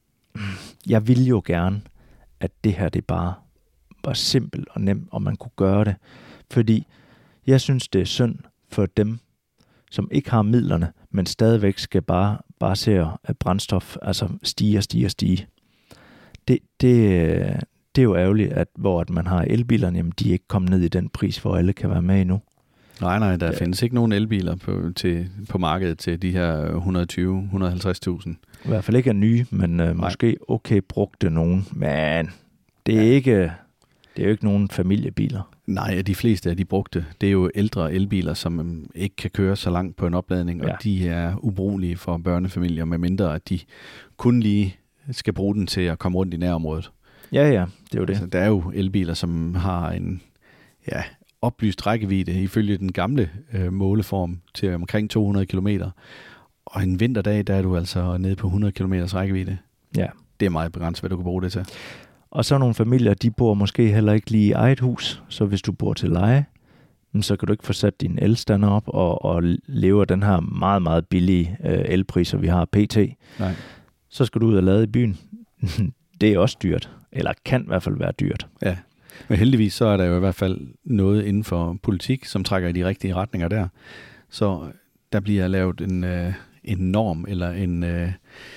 Jeg vil jo gerne, at det her det bare var simpelt og nemt, og man kunne gøre det. Fordi jeg synes, det er synd for dem, som ikke har midlerne, men stadigvæk skal bare, bare se at brændstof altså stige og stige og stige. Det, det, det er jo ærgerligt, at hvor at man har elbilerne, jamen de er ikke kommet ned i den pris, hvor alle kan være med endnu. Nej, nej, der ja. findes ikke nogen elbiler på, til, på markedet til de her et hundrede og tyve til et hundrede og halvtreds tusind. I hvert fald ikke er nye, men øh, måske okay brugte nogen. Men det er, ja. ikke, det er jo ikke nogen familiebiler. Nej, de fleste af de brugte, det er jo ældre elbiler, som ikke kan køre så langt på en opladning, ja. og de er ubrugelige for børnefamilier, med mindre at de kun lige skal bruge den til at komme rundt i nærområdet. Ja, ja, det er jo det. Altså, der er jo elbiler, som har en... ja. oplyst rækkevidde ifølge den gamle øh, måleform til omkring to hundrede kilometer. Og en vinterdag, der er du altså nede på hundrede kilometers rækkevidde. Ja. Det er meget begrænset, hvad du kan bruge det til. Og så nogle familier, de bor måske heller ikke lige i eget hus, så hvis du bor til leje, så kan du ikke få sat din elstander op og, og leve af den her meget, meget billige øh, elpriser, vi har pt. Nej. Så skal du ud og lade i byen. Det er også dyrt, eller kan i hvert fald være dyrt. Ja. Men heldigvis så er der jo i hvert fald noget inden for politik, som trækker i de rigtige retninger der. Så der bliver lavet en, øh, en norm eller en, øh,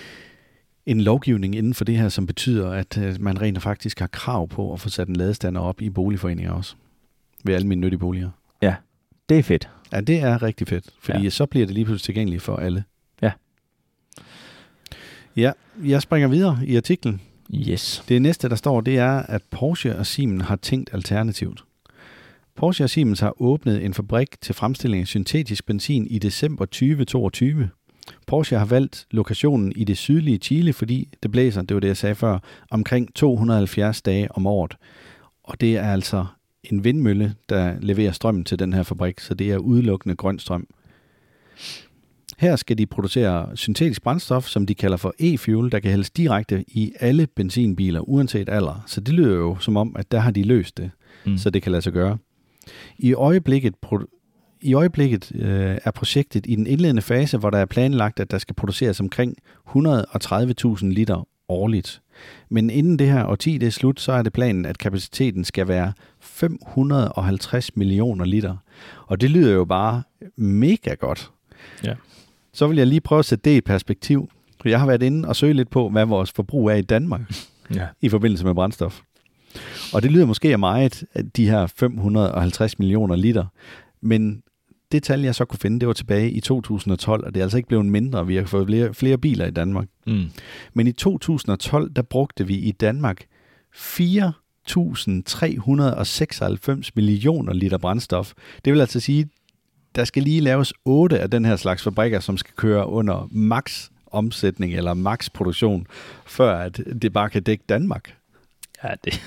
en lovgivning inden for det her, som betyder, at øh, man rent faktisk har krav på at få sat en ladestander op i boligforeninger også. Ved alle mine nyttige boliger. Ja, det er fedt. Ja, det er rigtig fedt, fordi ja. så bliver det lige pludselig tilgængeligt for alle. Ja. Ja, jeg springer videre i artiklen. Yes. Det næste, der står, det er, at Porsche og Siemens har tænkt alternativt. Porsche og Siemens har åbnet en fabrik til fremstilling af syntetisk benzin i december tyve toogtyve. Porsche har valgt lokationen i det sydlige Chile, fordi det blæser, det var det, jeg sagde før, omkring to hundrede og halvfjerds dage om året. Og det er altså en vindmølle, der leverer strøm til den her fabrik, så det er udelukkende grøn strøm. Her skal de producere syntetisk brændstof, som de kalder for e-fuel, der kan hældes direkte i alle benzinbiler, uanset alder. Så det lyder jo som om, at der har de løst det, mm. så det kan lade sig gøre. I øjeblikket, i øjeblikket øh, er projektet i den indledende fase, hvor der er planlagt, at der skal produceres omkring et hundrede og tredive tusind liter årligt. Men inden det her årti det er slut, så er det planen, at kapaciteten skal være fem hundrede og halvtreds millioner liter. Og det lyder jo bare mega godt. Ja. Så vil jeg lige prøve at sætte det i perspektiv. Jeg har været inde og søge lidt på, hvad vores forbrug er i Danmark ja. i forbindelse med brændstof. Og det lyder måske af meget, at de her fem hundrede og halvtreds millioner liter. Men det tal, jeg så kunne finde, det var tilbage i to tusind og tolv, og det er altså ikke blevet mindre. Vi har fået flere, flere biler i Danmark. Mm. Men i to tusind og tolv, der brugte vi i Danmark fire tusind tre hundrede og seksoghalvfems millioner liter brændstof. Det vil altså sige, der skal lige laves otte af den her slags fabrikker, som skal køre under max omsætning eller max produktion, før at det bare kan dække Danmark. Ja, det...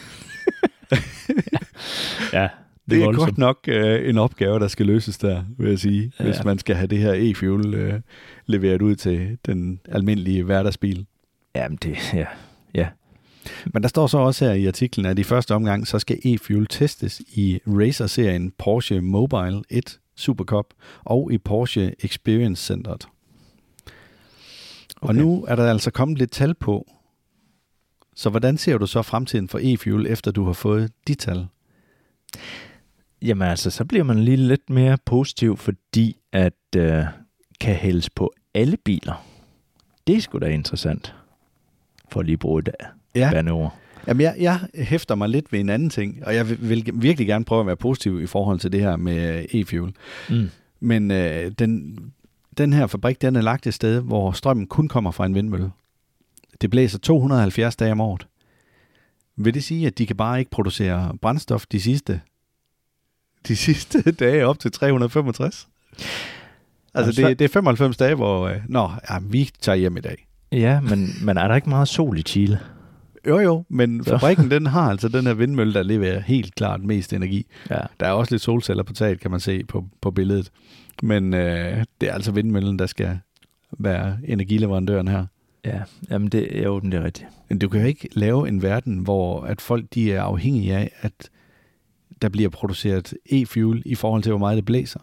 ja, det, det er godt nok øh, en opgave, der skal løses der, vil jeg sige, ja. Hvis man skal have det her e-fuel øh, leveret ud til den almindelige hverdagsbil. Jamen det, ja, ja. Men der står så også her i artiklen, at i første omgang, så skal e-fuel testes i racer-serien Porsche Mobile et Supercup og i Porsche Experience Centeret. Okay. Og nu er der altså kommet lidt tal på. Så hvordan ser du så fremtiden for e-fuel, efter du har fået de tal? Jamen altså, så bliver man lige lidt mere positiv, fordi at øh, kan hældes på alle biler. Det er sgu da interessant, for at lige bruge et ja. bandeord. Jamen, jeg, jeg hæfter mig lidt ved en anden ting, og jeg vil, vil virkelig gerne prøve at være positiv i forhold til det her med e-fuel. Mm. Men øh, den, den her fabrik, den er lagt et sted, hvor strømmen kun kommer fra en vindmølle. Det blæser to hundrede og halvfjerds dage om året. Vil det sige, at de kan bare ikke producere brændstof de sidste, de sidste dage op til tre hundrede og femogtres? Altså, det, det er femoghalvfems dage, hvor øh, nå, ja, vi tager hjem i dag. Ja, men, men er der ikke meget sol i Chile? Jo jo, men fabrikken den har altså den her vindmølle, der leverer helt klart mest energi. Ja. Der er også lidt solceller på taget, kan man se på, på billedet. Men øh, det er altså vindmøllen, der skal være energileverandøren her. Ja, jamen det, jo, det er rigtigt. Men du kan jo ikke lave en verden, hvor at folk de er afhængige af, at der bliver produceret e-fuel i forhold til, hvor meget det blæser.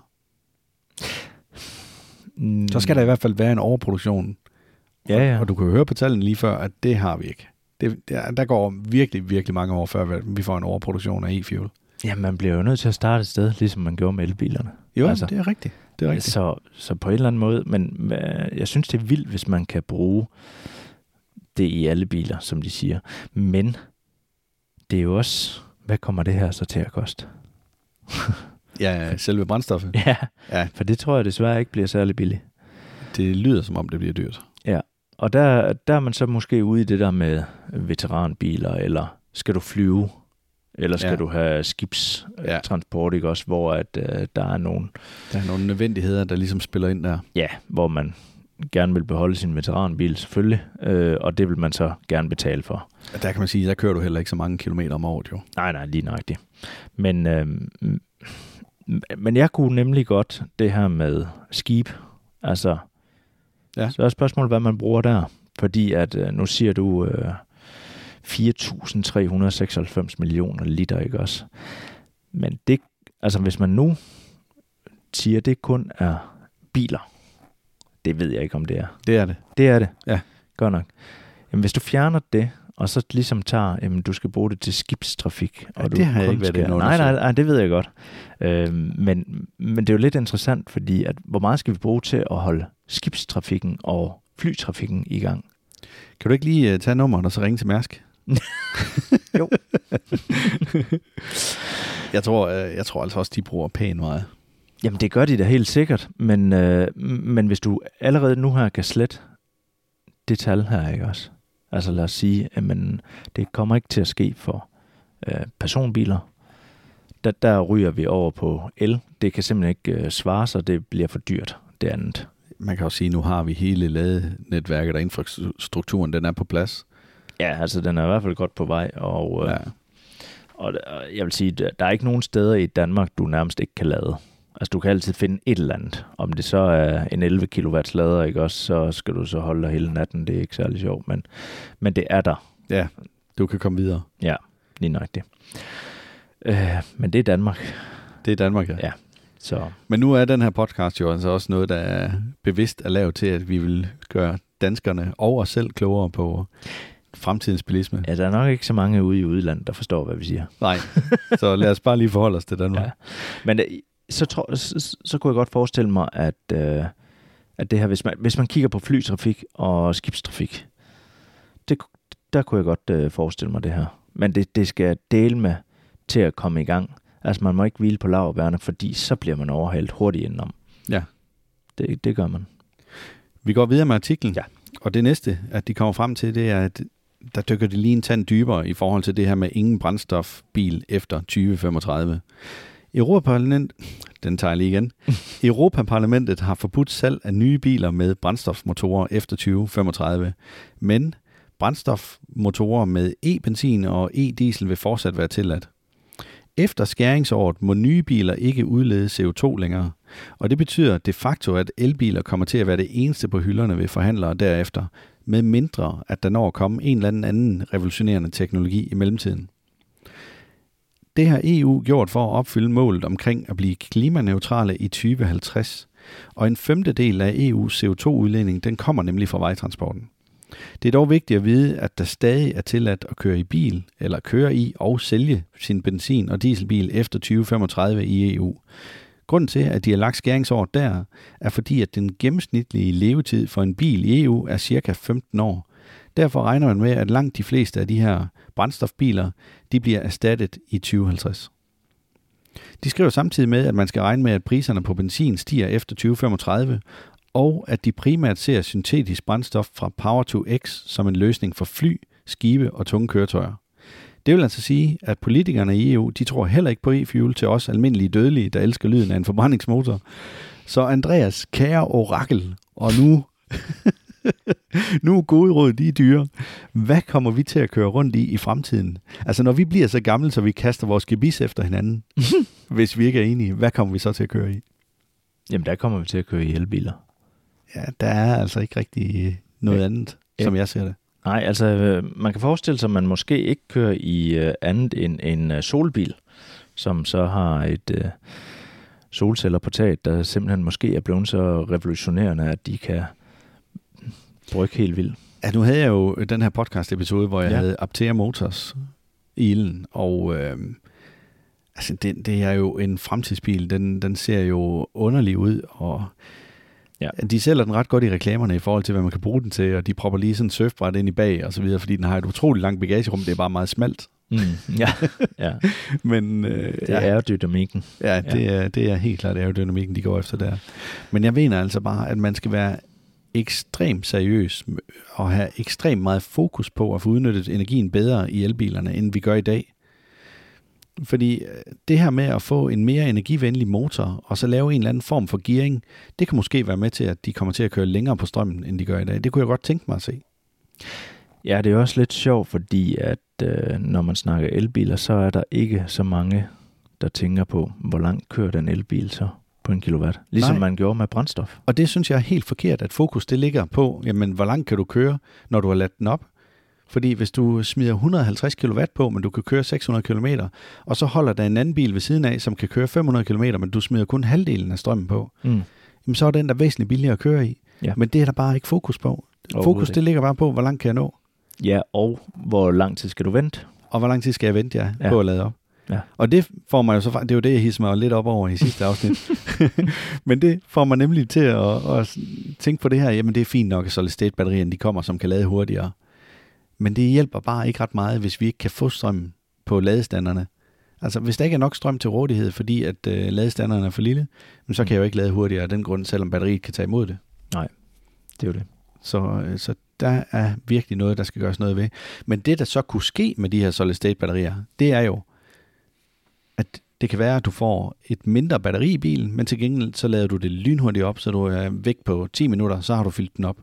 Mm. Så skal der i hvert fald være en overproduktion. Ja, ja. Og, og du kan jo høre på tallene lige før, at det har vi ikke. Det, der, der går virkelig, virkelig mange år, før vi får en overproduktion af e-fuel. Ja, man bliver jo nødt til at starte et sted, ligesom man gjorde med elbilerne. Jo, altså, det er rigtigt. Det er rigtigt. Så, så på en eller anden måde, men jeg synes, det er vildt, hvis man kan bruge det i alle biler, som de siger. Men det er jo også, hvad kommer det her så til at koste? Ja, selve brændstoffet. Ja, ja, for det tror jeg desværre ikke bliver særlig billigt. Det lyder, som om det bliver dyrt. Ja, og der, der er man så måske ude i det der med veteranbiler, eller skal du flyve, eller skal ja. du have skibstransport, ja. ikke også, hvor at, uh, der er nogle... Der er nogle nødvendigheder, der ligesom spiller ind der. Ja, hvor man gerne vil beholde sin veteranbil, selvfølgelig, øh, og det vil man så gerne betale for. Der kan man sige, der kører du heller ikke så mange kilometer om året, jo. Nej, nej, lige nøjagtigt. Men, øh, men jeg kunne nemlig godt det her med skib, altså, ja. Så er spørgsmålet, hvad man bruger der, fordi at, øh, nu siger du øh, fire tusind tre hundrede og seksoghalvfems millioner liter, ikke også? Men det, altså hvis man nu siger, at det kun er biler, det ved jeg ikke, om det er. Det er det. Det er det? Ja. Godt nok. Jamen, hvis du fjerner det, og så ligesom tager, jamen, du skal bruge det til skibstrafik. Ja, og det du har jeg ikke været skal... nej, nej, nej, det ved jeg godt. Øhm, men, men det er jo lidt interessant, fordi at, hvor meget skal vi bruge til at holde skibstrafikken og flytrafikken i gang? Kan du ikke lige uh, tage nummeret og så ringe til Mærsk? Jo. jeg, tror, uh, jeg tror altså også, de bruger pænt meget. Jamen, det gør de da helt sikkert, men, øh, men hvis du allerede nu her kan slette det tal her, ikke også? Altså lad os sige, at men, det kommer ikke til at ske for øh, personbiler. Der, der ryger vi over på el. Det kan simpelthen ikke øh, svare sig, det bliver for dyrt, det andet. Man kan også sige, at nu har vi hele ladenetværket og infrastrukturen, den er på plads. Ja, altså den er i hvert fald godt på vej, og, øh, ja. og, og jeg vil sige, der er ikke nogen steder i Danmark, du nærmest ikke kan lade. Altså du kan altid finde et eller andet. Om det så er en elleve kilowatt lader, ikke også, så skal du så holde dig hele natten. Det er ikke særlig sjovt, men, men det er der. Ja, du kan komme videre. Ja, lige nok det. Øh, men det er Danmark. Det er Danmark, ja. Ja. Så. Men nu er den her podcast jo altså også noget, der er bevidst er lavet til, at vi vil gøre danskerne og os selv klogere på fremtidens bilisme. Ja, der er nok ikke så mange ude i udlandet, der forstår, hvad vi siger. Nej, så lad os bare lige forholde os til Danmark. Ja. Men så, tror, så, så kunne jeg godt forestille mig, at, øh, at det her, hvis man, hvis man kigger på flytrafik og skibstrafik, det, der kunne jeg godt øh, forestille mig det her. Men det, det skal dele med til at komme i gang. Altså man må ikke hvile på laurbærrene, fordi så bliver man overhalet hurtigt indenom. Ja. Det, det gør man. Vi går videre med artiklen. Ja. Og det næste, at de kommer frem til, det er, at der dykker de lige en tand dybere i forhold til det her med ingen brændstofbil efter tyve femogtredive. Europaparlament, den tager jeg lige igen. Europaparlamentet har forbudt salg af nye biler med brændstofmotorer efter tyve femogtredive, men brændstofmotorer med e-benzin og e-diesel vil fortsat være tilladt. Efter skæringsåret må nye biler ikke udlede C O to længere, og det betyder de facto, at elbiler kommer til at være det eneste på hylderne ved forhandlere derefter, med mindre at der når at komme en eller anden anden revolutionerende teknologi i mellemtiden. Det har E U gjort for at opfylde målet omkring at blive klimaneutrale i tyve halvtreds, og en femtedel af E U's C O to udledning den kommer nemlig fra vejtransporten. Det er dog vigtigt at vide, at der stadig er tilladt at køre i bil, eller køre i og sælge sin benzin- og dieselbil efter tyve femogtredive i E U. Grunden til, at de har lagt skæringsår der, er fordi, at den gennemsnitlige levetid for en bil i E U er cirka femten år. Derfor regner man med, at langt de fleste af de her brændstofbiler, de bliver erstattet i tyve halvtreds. De skriver samtidig med, at man skal regne med, at priserne på benzin stiger efter tyve femogtredive, og at de primært ser syntetisk brændstof fra Power to X som en løsning for fly, skibe og tunge køretøjer. Det vil altså sige, at politikerne i E U, de tror heller ikke på e-fuel til os almindelige dødelige, der elsker lyden af en forbrændingsmotor. Så Andreas, kære orakel, og nu, nu er gode råd, de er dyre. Hvad kommer vi til at køre rundt i i fremtiden? Altså når vi bliver så gamle, så vi kaster vores gebis efter hinanden, hvis vi ikke er enige, hvad kommer vi så til at køre i? Jamen der kommer vi til at køre i elbiler. Ja, der er altså ikke rigtig noget ja. andet, som ja. jeg ser det. Nej, altså man kan forestille sig, at man måske ikke kører i uh, andet end en uh, solbil, som så har et uh, solceller på taget, der simpelthen måske er blevet så revolutionerende, at de kan brygge helt vildt. Ja, nu havde jeg jo den her podcast-episode, hvor jeg ja. havde Aptera Motors i ilden, og øh, altså det, det er jo en fremtidsbil. Den, den ser jo underlig ud, og ja. de sælger den ret godt i reklamerne i forhold til, hvad man kan bruge den til, og de propper lige sådan en surfbræt ind i bag og så videre, fordi den har et utroligt langt bagagerum. Det er bare meget smalt. Mm, ja, ja. Men øh, det er aerodynamikken. Ja, det, ja. Er, det er helt klart aerodynamikken, de går efter der. Men jeg mener altså bare, at man skal være ekstremt seriøs og have ekstremt meget fokus på at få udnyttet energien bedre i elbilerne, end vi gør i dag. Fordi det her med at få en mere energivenlig motor, og så lave en eller anden form for gearing, det kan måske være med til, at de kommer til at køre længere på strømmen, end de gør i dag. Det kunne jeg godt tænke mig at se. Ja, det er også lidt sjovt, fordi at øh, når man snakker elbiler, så er der ikke så mange, der tænker på, hvor langt kører den elbil så på en kilowatt. Ligesom Nej. man gjorde med brændstof. Og det synes jeg er helt forkert, at fokus det ligger på, jamen hvor langt kan du køre, når du har ladt den op? Fordi hvis du smider et hundrede og halvtreds kilowatt på, men du kan køre seks hundrede kilometer, og så holder der en anden bil ved siden af, som kan køre fem hundrede kilometer, men du smider kun halvdelen af strømmen på, mm. jamen så er den der væsentligt billigere at køre i. Ja. Men det er der bare ikke fokus på. Fokus det ligger bare på, hvor langt kan jeg nå. Ja, og hvor lang tid skal du vente? Og hvor lang tid skal jeg vente, ja, ja. på at lade op. Ja. Og det får man jo så, det er jo det, jeg hisser mig lidt op over i sidste afsnit. Men det får man nemlig til at, at tænke på det her, jamen det er fint nok, at solid state batterierne de kommer, som kan lade hurtigere. Men det hjælper bare ikke ret meget, hvis vi ikke kan få strøm på ladestanderne. Altså hvis der ikke er nok strøm til rådighed, fordi at øh, ladestanderne er for lille, så kan jeg jo ikke lade hurtigere af den grund, selvom batteriet kan tage imod det. Nej, det er jo det. Så, så der er virkelig noget, der skal gøres noget ved. Men det, der så kunne ske med de her solid-state-batterier, det er jo, at det kan være, at du får et mindre batteri i bilen, men til gengæld så lader du det lynhurtigt op, så du er væk på ti minutter, så har du fyldt den op.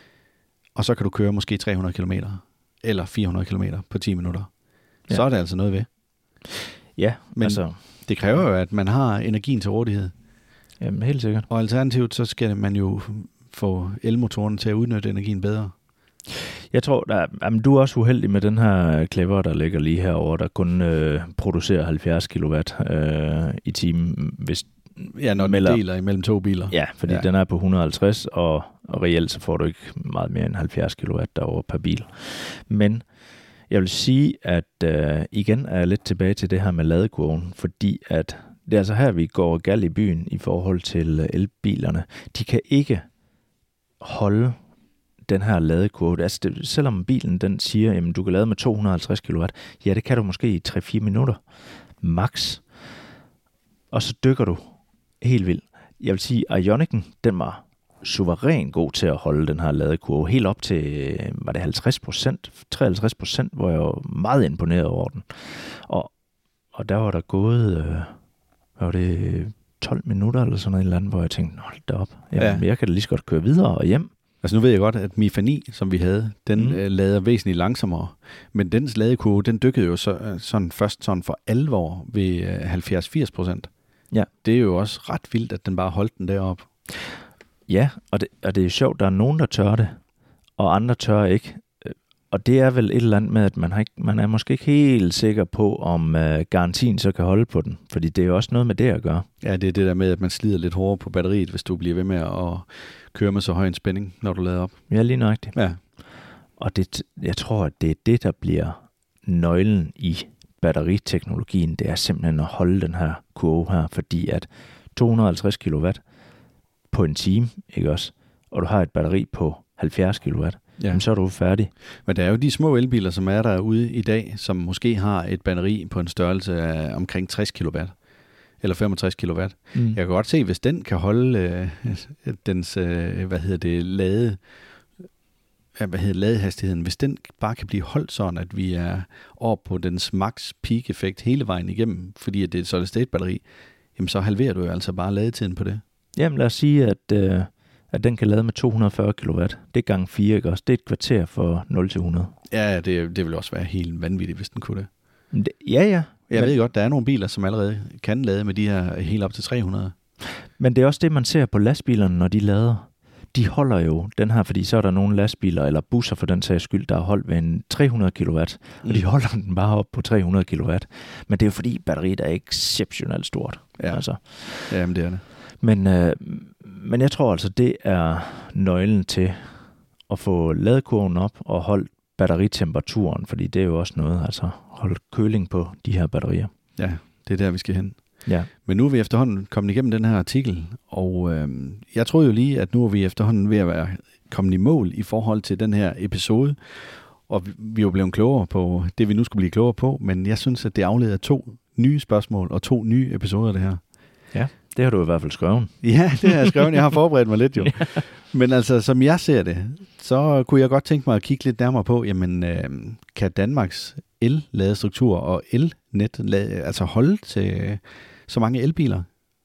Og så kan du køre måske tre hundrede kilometer, eller fire hundrede kilometer på ti minutter. Ja. Så er det altså noget ved. Ja, men altså... det kræver jo, at man har energien til rådighed. Jamen, helt sikkert. Og alternativt, så skal man jo få elmotoren til at udnytte energien bedre. Jeg tror, der, jamen, du er også uheldig med den her Clever, der ligger lige herovre, der kun øh, producerer halvfjerds kilowatt øh, i timen, hvis ja, når den melder, deler imellem to biler. Ja, fordi ja. den er på et hundrede og halvtreds, og, og reelt så får du ikke meget mere end halvfjerds kilowatt derovre per bil. Men jeg vil sige, at øh, igen er jeg lidt tilbage til det her med ladekurven, fordi at det er altså her, vi går galt i byen i forhold til elbilerne. De kan ikke holde den her ladekurve. Altså det, selvom bilen den siger, at du kan lade med to hundrede og halvtreds kilowatt, ja, det kan du måske i tre til fire minutter max. Og så dykker du helt vildt. Jeg vil sige, at Ionic'en, den var suveræn god til at holde den her ladekurve. Helt op til, var det halvtreds procent, treoghalvtreds procent, hvor jeg var meget imponeret over den. Og, og der var der gået, øh, var det tolv minutter eller sådan noget eller andet, hvor jeg tænkte, hold da op, jamen, ja. jeg kan da lige så godt køre videre og hjem. Altså nu ved jeg godt, at Mifa ni, som vi havde, den mm. øh, lader væsentligt langsommere. Men dens ladekurve, den dykkede jo så, øh, sådan først sådan for alvor ved øh, halvfjerds til firs procent. Ja. Det er jo også ret vildt, at den bare holdt den deroppe. Ja, og det, og det er sjovt, der er nogen, der tør det, og andre tør ikke. Og det er vel et eller andet med, at man, har ikke, man er måske ikke helt sikker på, om øh, garantien så kan holde på den. Fordi det er jo også noget med det at gøre. Ja, det er det der med, at man slider lidt hårdere på batteriet, hvis du bliver ved med at køre med så høj en spænding, når du lader op. Ja, lige nøjagtigt. Ja. Og det, jeg tror, at det er det, der bliver nøglen i batteriteknologien. Det er simpelthen at holde den her kurve her, fordi at to hundrede og halvtreds kilowatt på en time, ikke også? Og du har et batteri på halvfjerds kilowatt, ja. Jamen, så er du færdig. Men der er jo de små elbiler, som er derude i dag, som måske har et batteri på en størrelse af omkring tres kilowatt, eller femogtres kilowatt. Mm. Jeg kan godt se, hvis den kan holde øh, dens, øh, hvad hedder det, lade, øh, hvad hedder ladehastigheden, hvis den bare kan blive holdt sådan, at vi er oppe på dens max peak effekt hele vejen igennem, fordi at det er et solid state batteri, jamen så halverer du jo altså bare ladetiden på det. Jamen lad os sige, at, øh, at den kan lade med to hundrede og fyrre kilowatt. Det er gang fire, ikke også? Det er et kvarter for nul til hundrede. Ja, det, det vil også være helt vanvittigt, hvis den kunne det. det ja, ja. Jeg men, ved godt, der er nogle biler, som allerede kan lade med de her helt op til tre hundrede. Men det er også det, man ser på lastbilerne, når de lader. De holder jo den her, fordi så er der nogle lastbiler eller busser for den sags skyld, der er holdt ved en tre hundrede kilowatt, mm. og de holder den bare op på tre hundrede kilowatt. Men det er jo fordi batteriet er exceptionelt stort. Ja, altså. Jamen det er det. Men, øh, men jeg tror altså, det er nøglen til at få ladekurven op og holde batteritemperaturen, fordi det er jo også noget, altså holde køling på de her batterier. Ja, det er der, vi skal hen. Ja. Men nu er vi efterhånden kommet igennem den her artikel, og øh, jeg tror jo lige, at nu er vi efterhånden ved at være kommet i mål i forhold til den her episode, og vi, vi er jo blevet klogere på det, vi nu skulle blive klogere på, men jeg synes, at det afleder to nye spørgsmål og to nye episoder, det her. Ja, det har du i hvert fald skrevet. Ja, det har jeg skrevet. Jeg har forberedt mig lidt jo. Ja. Men altså, som jeg ser det, så kunne jeg godt tænke mig at kigge lidt nærmere på, jamen, øh, kan Danmarks el-ladestruktur og elnet altså holde til så mange elbiler?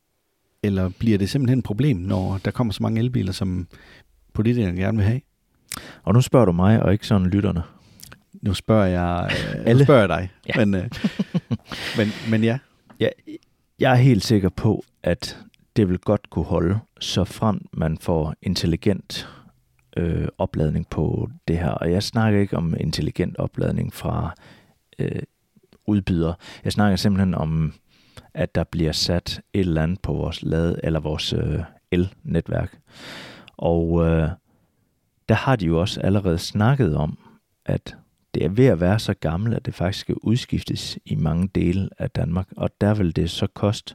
Eller bliver det simpelthen et problem, når der kommer så mange elbiler, som politikerne gerne vil have? Og nu spørger du mig, og ikke sådan lytterne. Nu spørger jeg, øh, nu spørger jeg dig. Ja. Men, øh, men, men ja. ja. Jeg er helt sikker på, at det vil godt kunne holde, så frem man får intelligent øh, opladning på det her. Og jeg snakker ikke om intelligent opladning fra øh, udbyder. Jeg snakker simpelthen om, at der bliver sat et eller andet på vores lade eller vores øh, elnetværk. Og øh, der har de jo også allerede snakket om, at det er ved at være så gammelt, at det faktisk skal udskiftes i mange dele af Danmark. Og der vil det så koste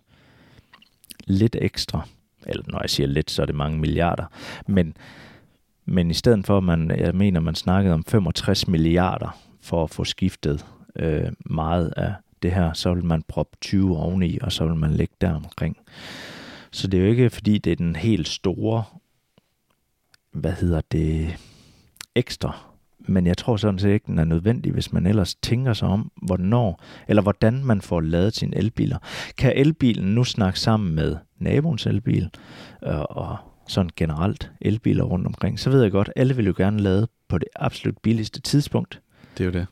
lidt ekstra. Eller når jeg siger lidt, så er det mange milliarder. Men, men i stedet for, at man, jeg mener, man snakkede om femogtres milliarder for at få skiftet øh, meget af det her, så vil man proppe tyve oveni, og så vil man lægge der omkring. Så det er jo ikke, fordi det er den helt store, hvad hedder det, ekstra, men jeg tror sådan set ikke, den er nødvendig, hvis man ellers tænker sig om, hvornår, eller hvordan man får ladet sine elbiler. Kan elbilen nu snakke sammen med naboens elbil, øh, og sådan generelt elbiler rundt omkring, så ved jeg godt, alle vil jo gerne lade på det absolut billigste tidspunkt. Det er jo det.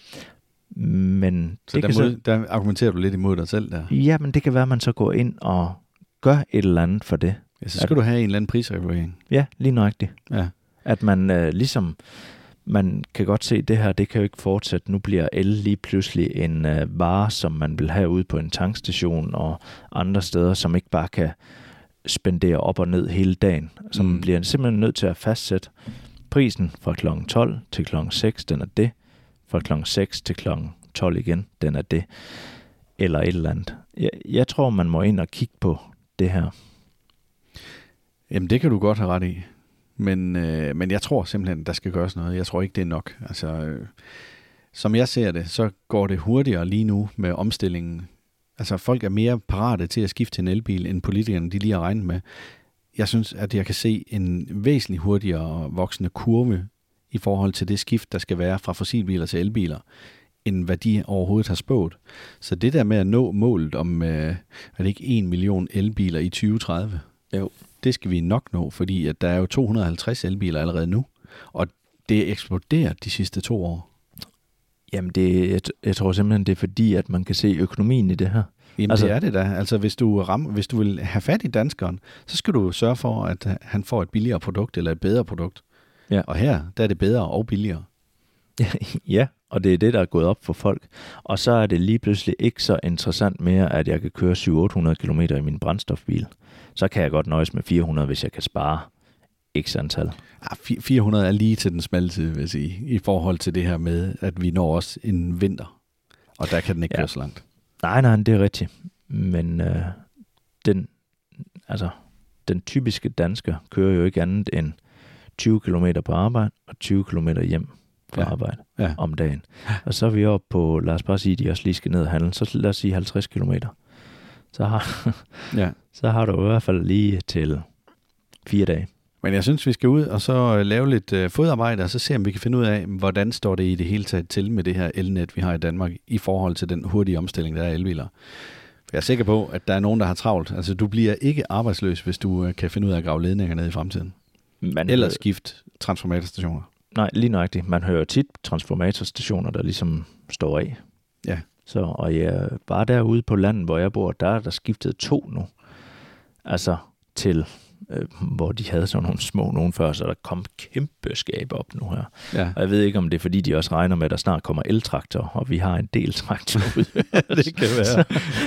Men så det der, kan mod, så, der argumenterer du lidt imod dig selv der. Ja, men det kan være, at man så går ind og gør et eller andet for det. Ja, så skal at, du have en eller anden prisregulering. Ja, lige nøjagtigt. Ja. At man øh, ligesom, man kan godt se, at det her, det kan jo ikke fortsætte. Nu bliver el lige pludselig en øh, vare, som man vil have ude på en tankstation og andre steder, som ikke bare kan spendere op og ned hele dagen. Så mm. man bliver simpelthen nødt til at fastsætte prisen fra klokken tolv til klokken seks, den er det. Fra klokken seks til klokken tolv igen, den er det. Eller et eller andet. Jeg, jeg tror, man må ind og kigge på det her. Jamen, det kan du godt have ret i. Men, øh, men jeg tror simpelthen, der skal gøres noget. Jeg tror ikke, det er nok. Altså, øh, som jeg ser det, så går det hurtigere lige nu med omstillingen. Altså, folk er mere parate til at skifte til en elbil, end politikerne de lige har regnet med. Jeg synes, at jeg kan se en væsentlig hurtigere voksende kurve i forhold til det skift, der skal være fra fossilbiler til elbiler, end hvad de overhovedet har spået. Så det der med at nå målet om, øh, er det ikke en million elbiler i tyve tredive? Jo. Det skal vi nok nå, fordi at der er jo to hundrede og halvtreds elbiler allerede nu, og det eksploderer de sidste to år. Jamen, det, jeg, jeg tror simpelthen, det er fordi, at man kan se økonomien i det her. Jamen, altså, det er det da. Altså, hvis du, ram, hvis du vil have fat i danskeren, så skal du sørge for, at han får et billigere produkt eller et bedre produkt. Ja. Og her, der er det bedre og billigere. Ja, og det er det, der er gået op for folk. Og så er det lige pludselig ikke så interessant mere, at jeg kan køre syv til otte hundrede kilometer i min brændstofbil. Så kan jeg godt nøjes med fire hundrede, hvis jeg kan spare x antal. Ja, fire hundrede er lige til den smalle side, vil jeg sige, i forhold til det her med, at vi når også en vinter. Og der kan den ikke ja. køre så langt. Nej, nej, det er rigtigt. Men øh, den, altså, den typiske dansker kører jo ikke andet end tyve kilometer på arbejde og tyve kilometer hjem fra ja. arbejde ja. om dagen. Og så er vi oppe på, lad os bare sige, at de også lige skal ned og handle, så lad os sige halvtreds kilometer. Så har, ja. så har du i hvert fald lige til fire dage. Men jeg synes, vi skal ud og så lave lidt øh, fodarbejde, og så se, om vi kan finde ud af, hvordan står det i det hele taget til med det her elnet, vi har i Danmark, i forhold til den hurtige omstilling, der er elbiler. Jeg er sikker på, at der er nogen, der har travlt. Altså, du bliver ikke arbejdsløs, hvis du øh, kan finde ud af at grave ledninger ned i fremtiden. Man Eller skift transformatorstationer. Nej, lige nøjagtigt. Man hører tit transformatorstationer, der ligesom står af. Ja. Så, og ja, bare derude på landet, hvor jeg bor, der er der skiftet to nu. Altså til, øh, hvor de havde sådan nogle små nogen før, så der kom kæmpe skab op nu her. Ja. Og jeg ved ikke, om det er, fordi de også regner med, at der snart kommer eltraktor, og vi har en del traktor ude. Det kan være.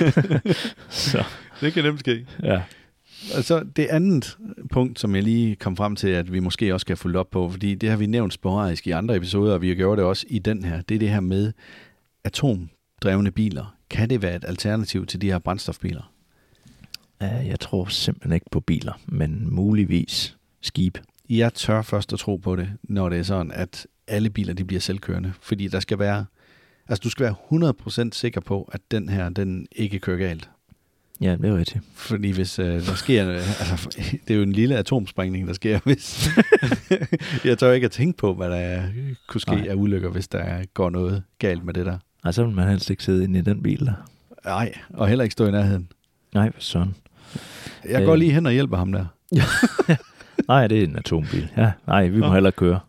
så. Det kan nemt ske. Ja. Og så det andet punkt, som jeg lige kom frem til, at vi måske også skal følge op på, fordi det har vi nævnt sporadisk i andre episoder, og vi har gjort det også i den her, det er det her med atomdrevne biler. Kan det være et alternativ til de her brændstofbiler? Jeg tror simpelthen ikke på biler, men muligvis skib. Jeg tør først at tro på det, når det er sådan, at alle biler de bliver selvkørende, fordi der skal være, altså du skal være hundrede procent sikker på, at den her, den ikke kører galt. Ja, det er rigtigt. Fordi hvis øh, der sker, øh, altså, det er jo en lille atomsprængning, der sker, hvis jeg tør ikke at tænke på, hvad der kunne ske Nej. af ulykker, hvis der går noget galt med det der. Nej, så vil man helst ikke sidde inde i den bil der. Nej, og heller ikke stå i nærheden. Nej, for sådan. Jeg går lige hen og hjælper ham der. Nej, det er en atombil. Ja, nej, vi må oh. hellere køre.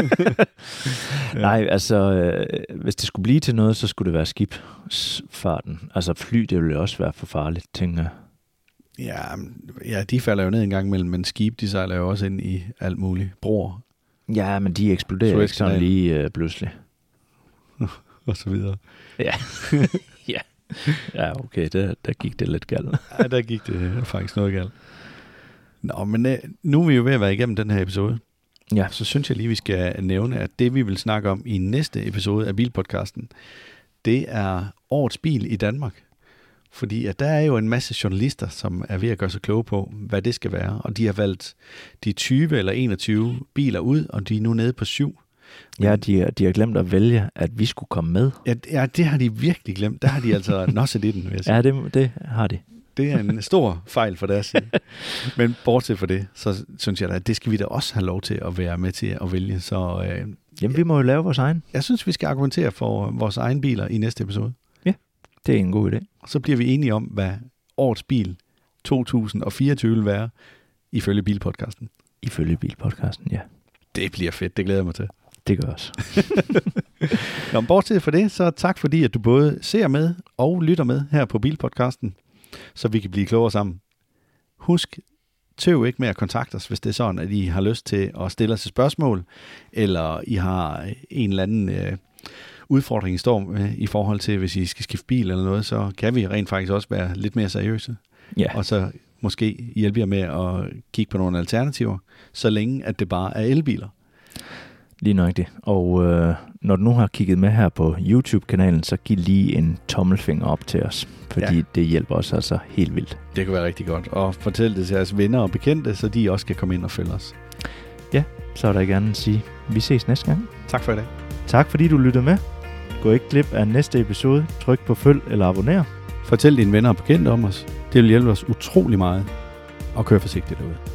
ja. Nej, altså, øh, hvis det skulle blive til noget, så skulle det være skibsfarten. Altså fly, det ville også være for farligt, tænker jeg. Ja, ja, de falder jo ned en gang imellem, men skib, de sejler jo også ind i alt muligt. Broer. Ja, men de eksploderer ikke sådan lige øh, pludselig. Og så videre. Ja, ja. Ja, okay, der, der gik det lidt galt. Ja, der gik det faktisk noget galt. Nå, men øh, nu er vi jo ved at være igennem den her episode. Ja. Så synes jeg lige, vi skal nævne, at det vi vil snakke om i næste episode af Bilpodcasten, det er årets bil i Danmark. Fordi at der er jo en masse journalister, som er ved at gøre sig kloge på, hvad det skal være. Og de har valgt de tyve eller enogtyve biler ud, og de er nu nede på syv. Ja, de, de har glemt at vælge, at vi skulle komme med. Ja, ja, det har de virkelig glemt. Der har de altså nosset i den, vil jeg sige. Ja, det, det har de. Det er en stor fejl for deres side. Men bortset fra det, så synes jeg da, at det skal vi da også have lov til at være med til at vælge. Så, øh, Jamen, vi må jo lave vores egen. Jeg synes, vi skal argumentere for vores egen biler i næste episode. Ja, det er en god idé. Og så bliver vi enige om, hvad årets bil to tusind og fireogtyve vil være, ifølge Bilpodcasten. Ifølge Bilpodcasten, ja. Det bliver fedt, det glæder jeg mig til. Det gør også. Nå, bortset fra det, så tak fordi, at du både ser med og lytter med her på Bilpodcasten, så vi kan blive klogere sammen. Husk, tøv ikke med at kontakte os, hvis det er sådan, at I har lyst til at stille os et spørgsmål, eller I har en eller anden øh, udfordring, I står med i forhold til, hvis I skal skifte bil eller noget, så kan vi rent faktisk også være lidt mere seriøse. Ja. Og så måske hjælpe jer med at kigge på nogle alternativer, så længe at det bare er elbiler. Lige nøjagtigt. Og øh, når du nu har kigget med her på YouTube-kanalen, så giv lige en tommelfinger op til os, fordi ja. det hjælper os altså helt vildt. Det kan være rigtig godt. Og fortæl det til jeres venner og bekendte, så de også kan komme ind og følge os. Ja, så er der ikke andet at sige. Vi ses næste gang. Tak for i dag. Tak fordi du lyttede med. Gå ikke glip af næste episode. Tryk på følg eller abonner. Fortæl dine venner og bekendte om os. Det vil hjælpe os utrolig meget. Og kør forsigtigt derude.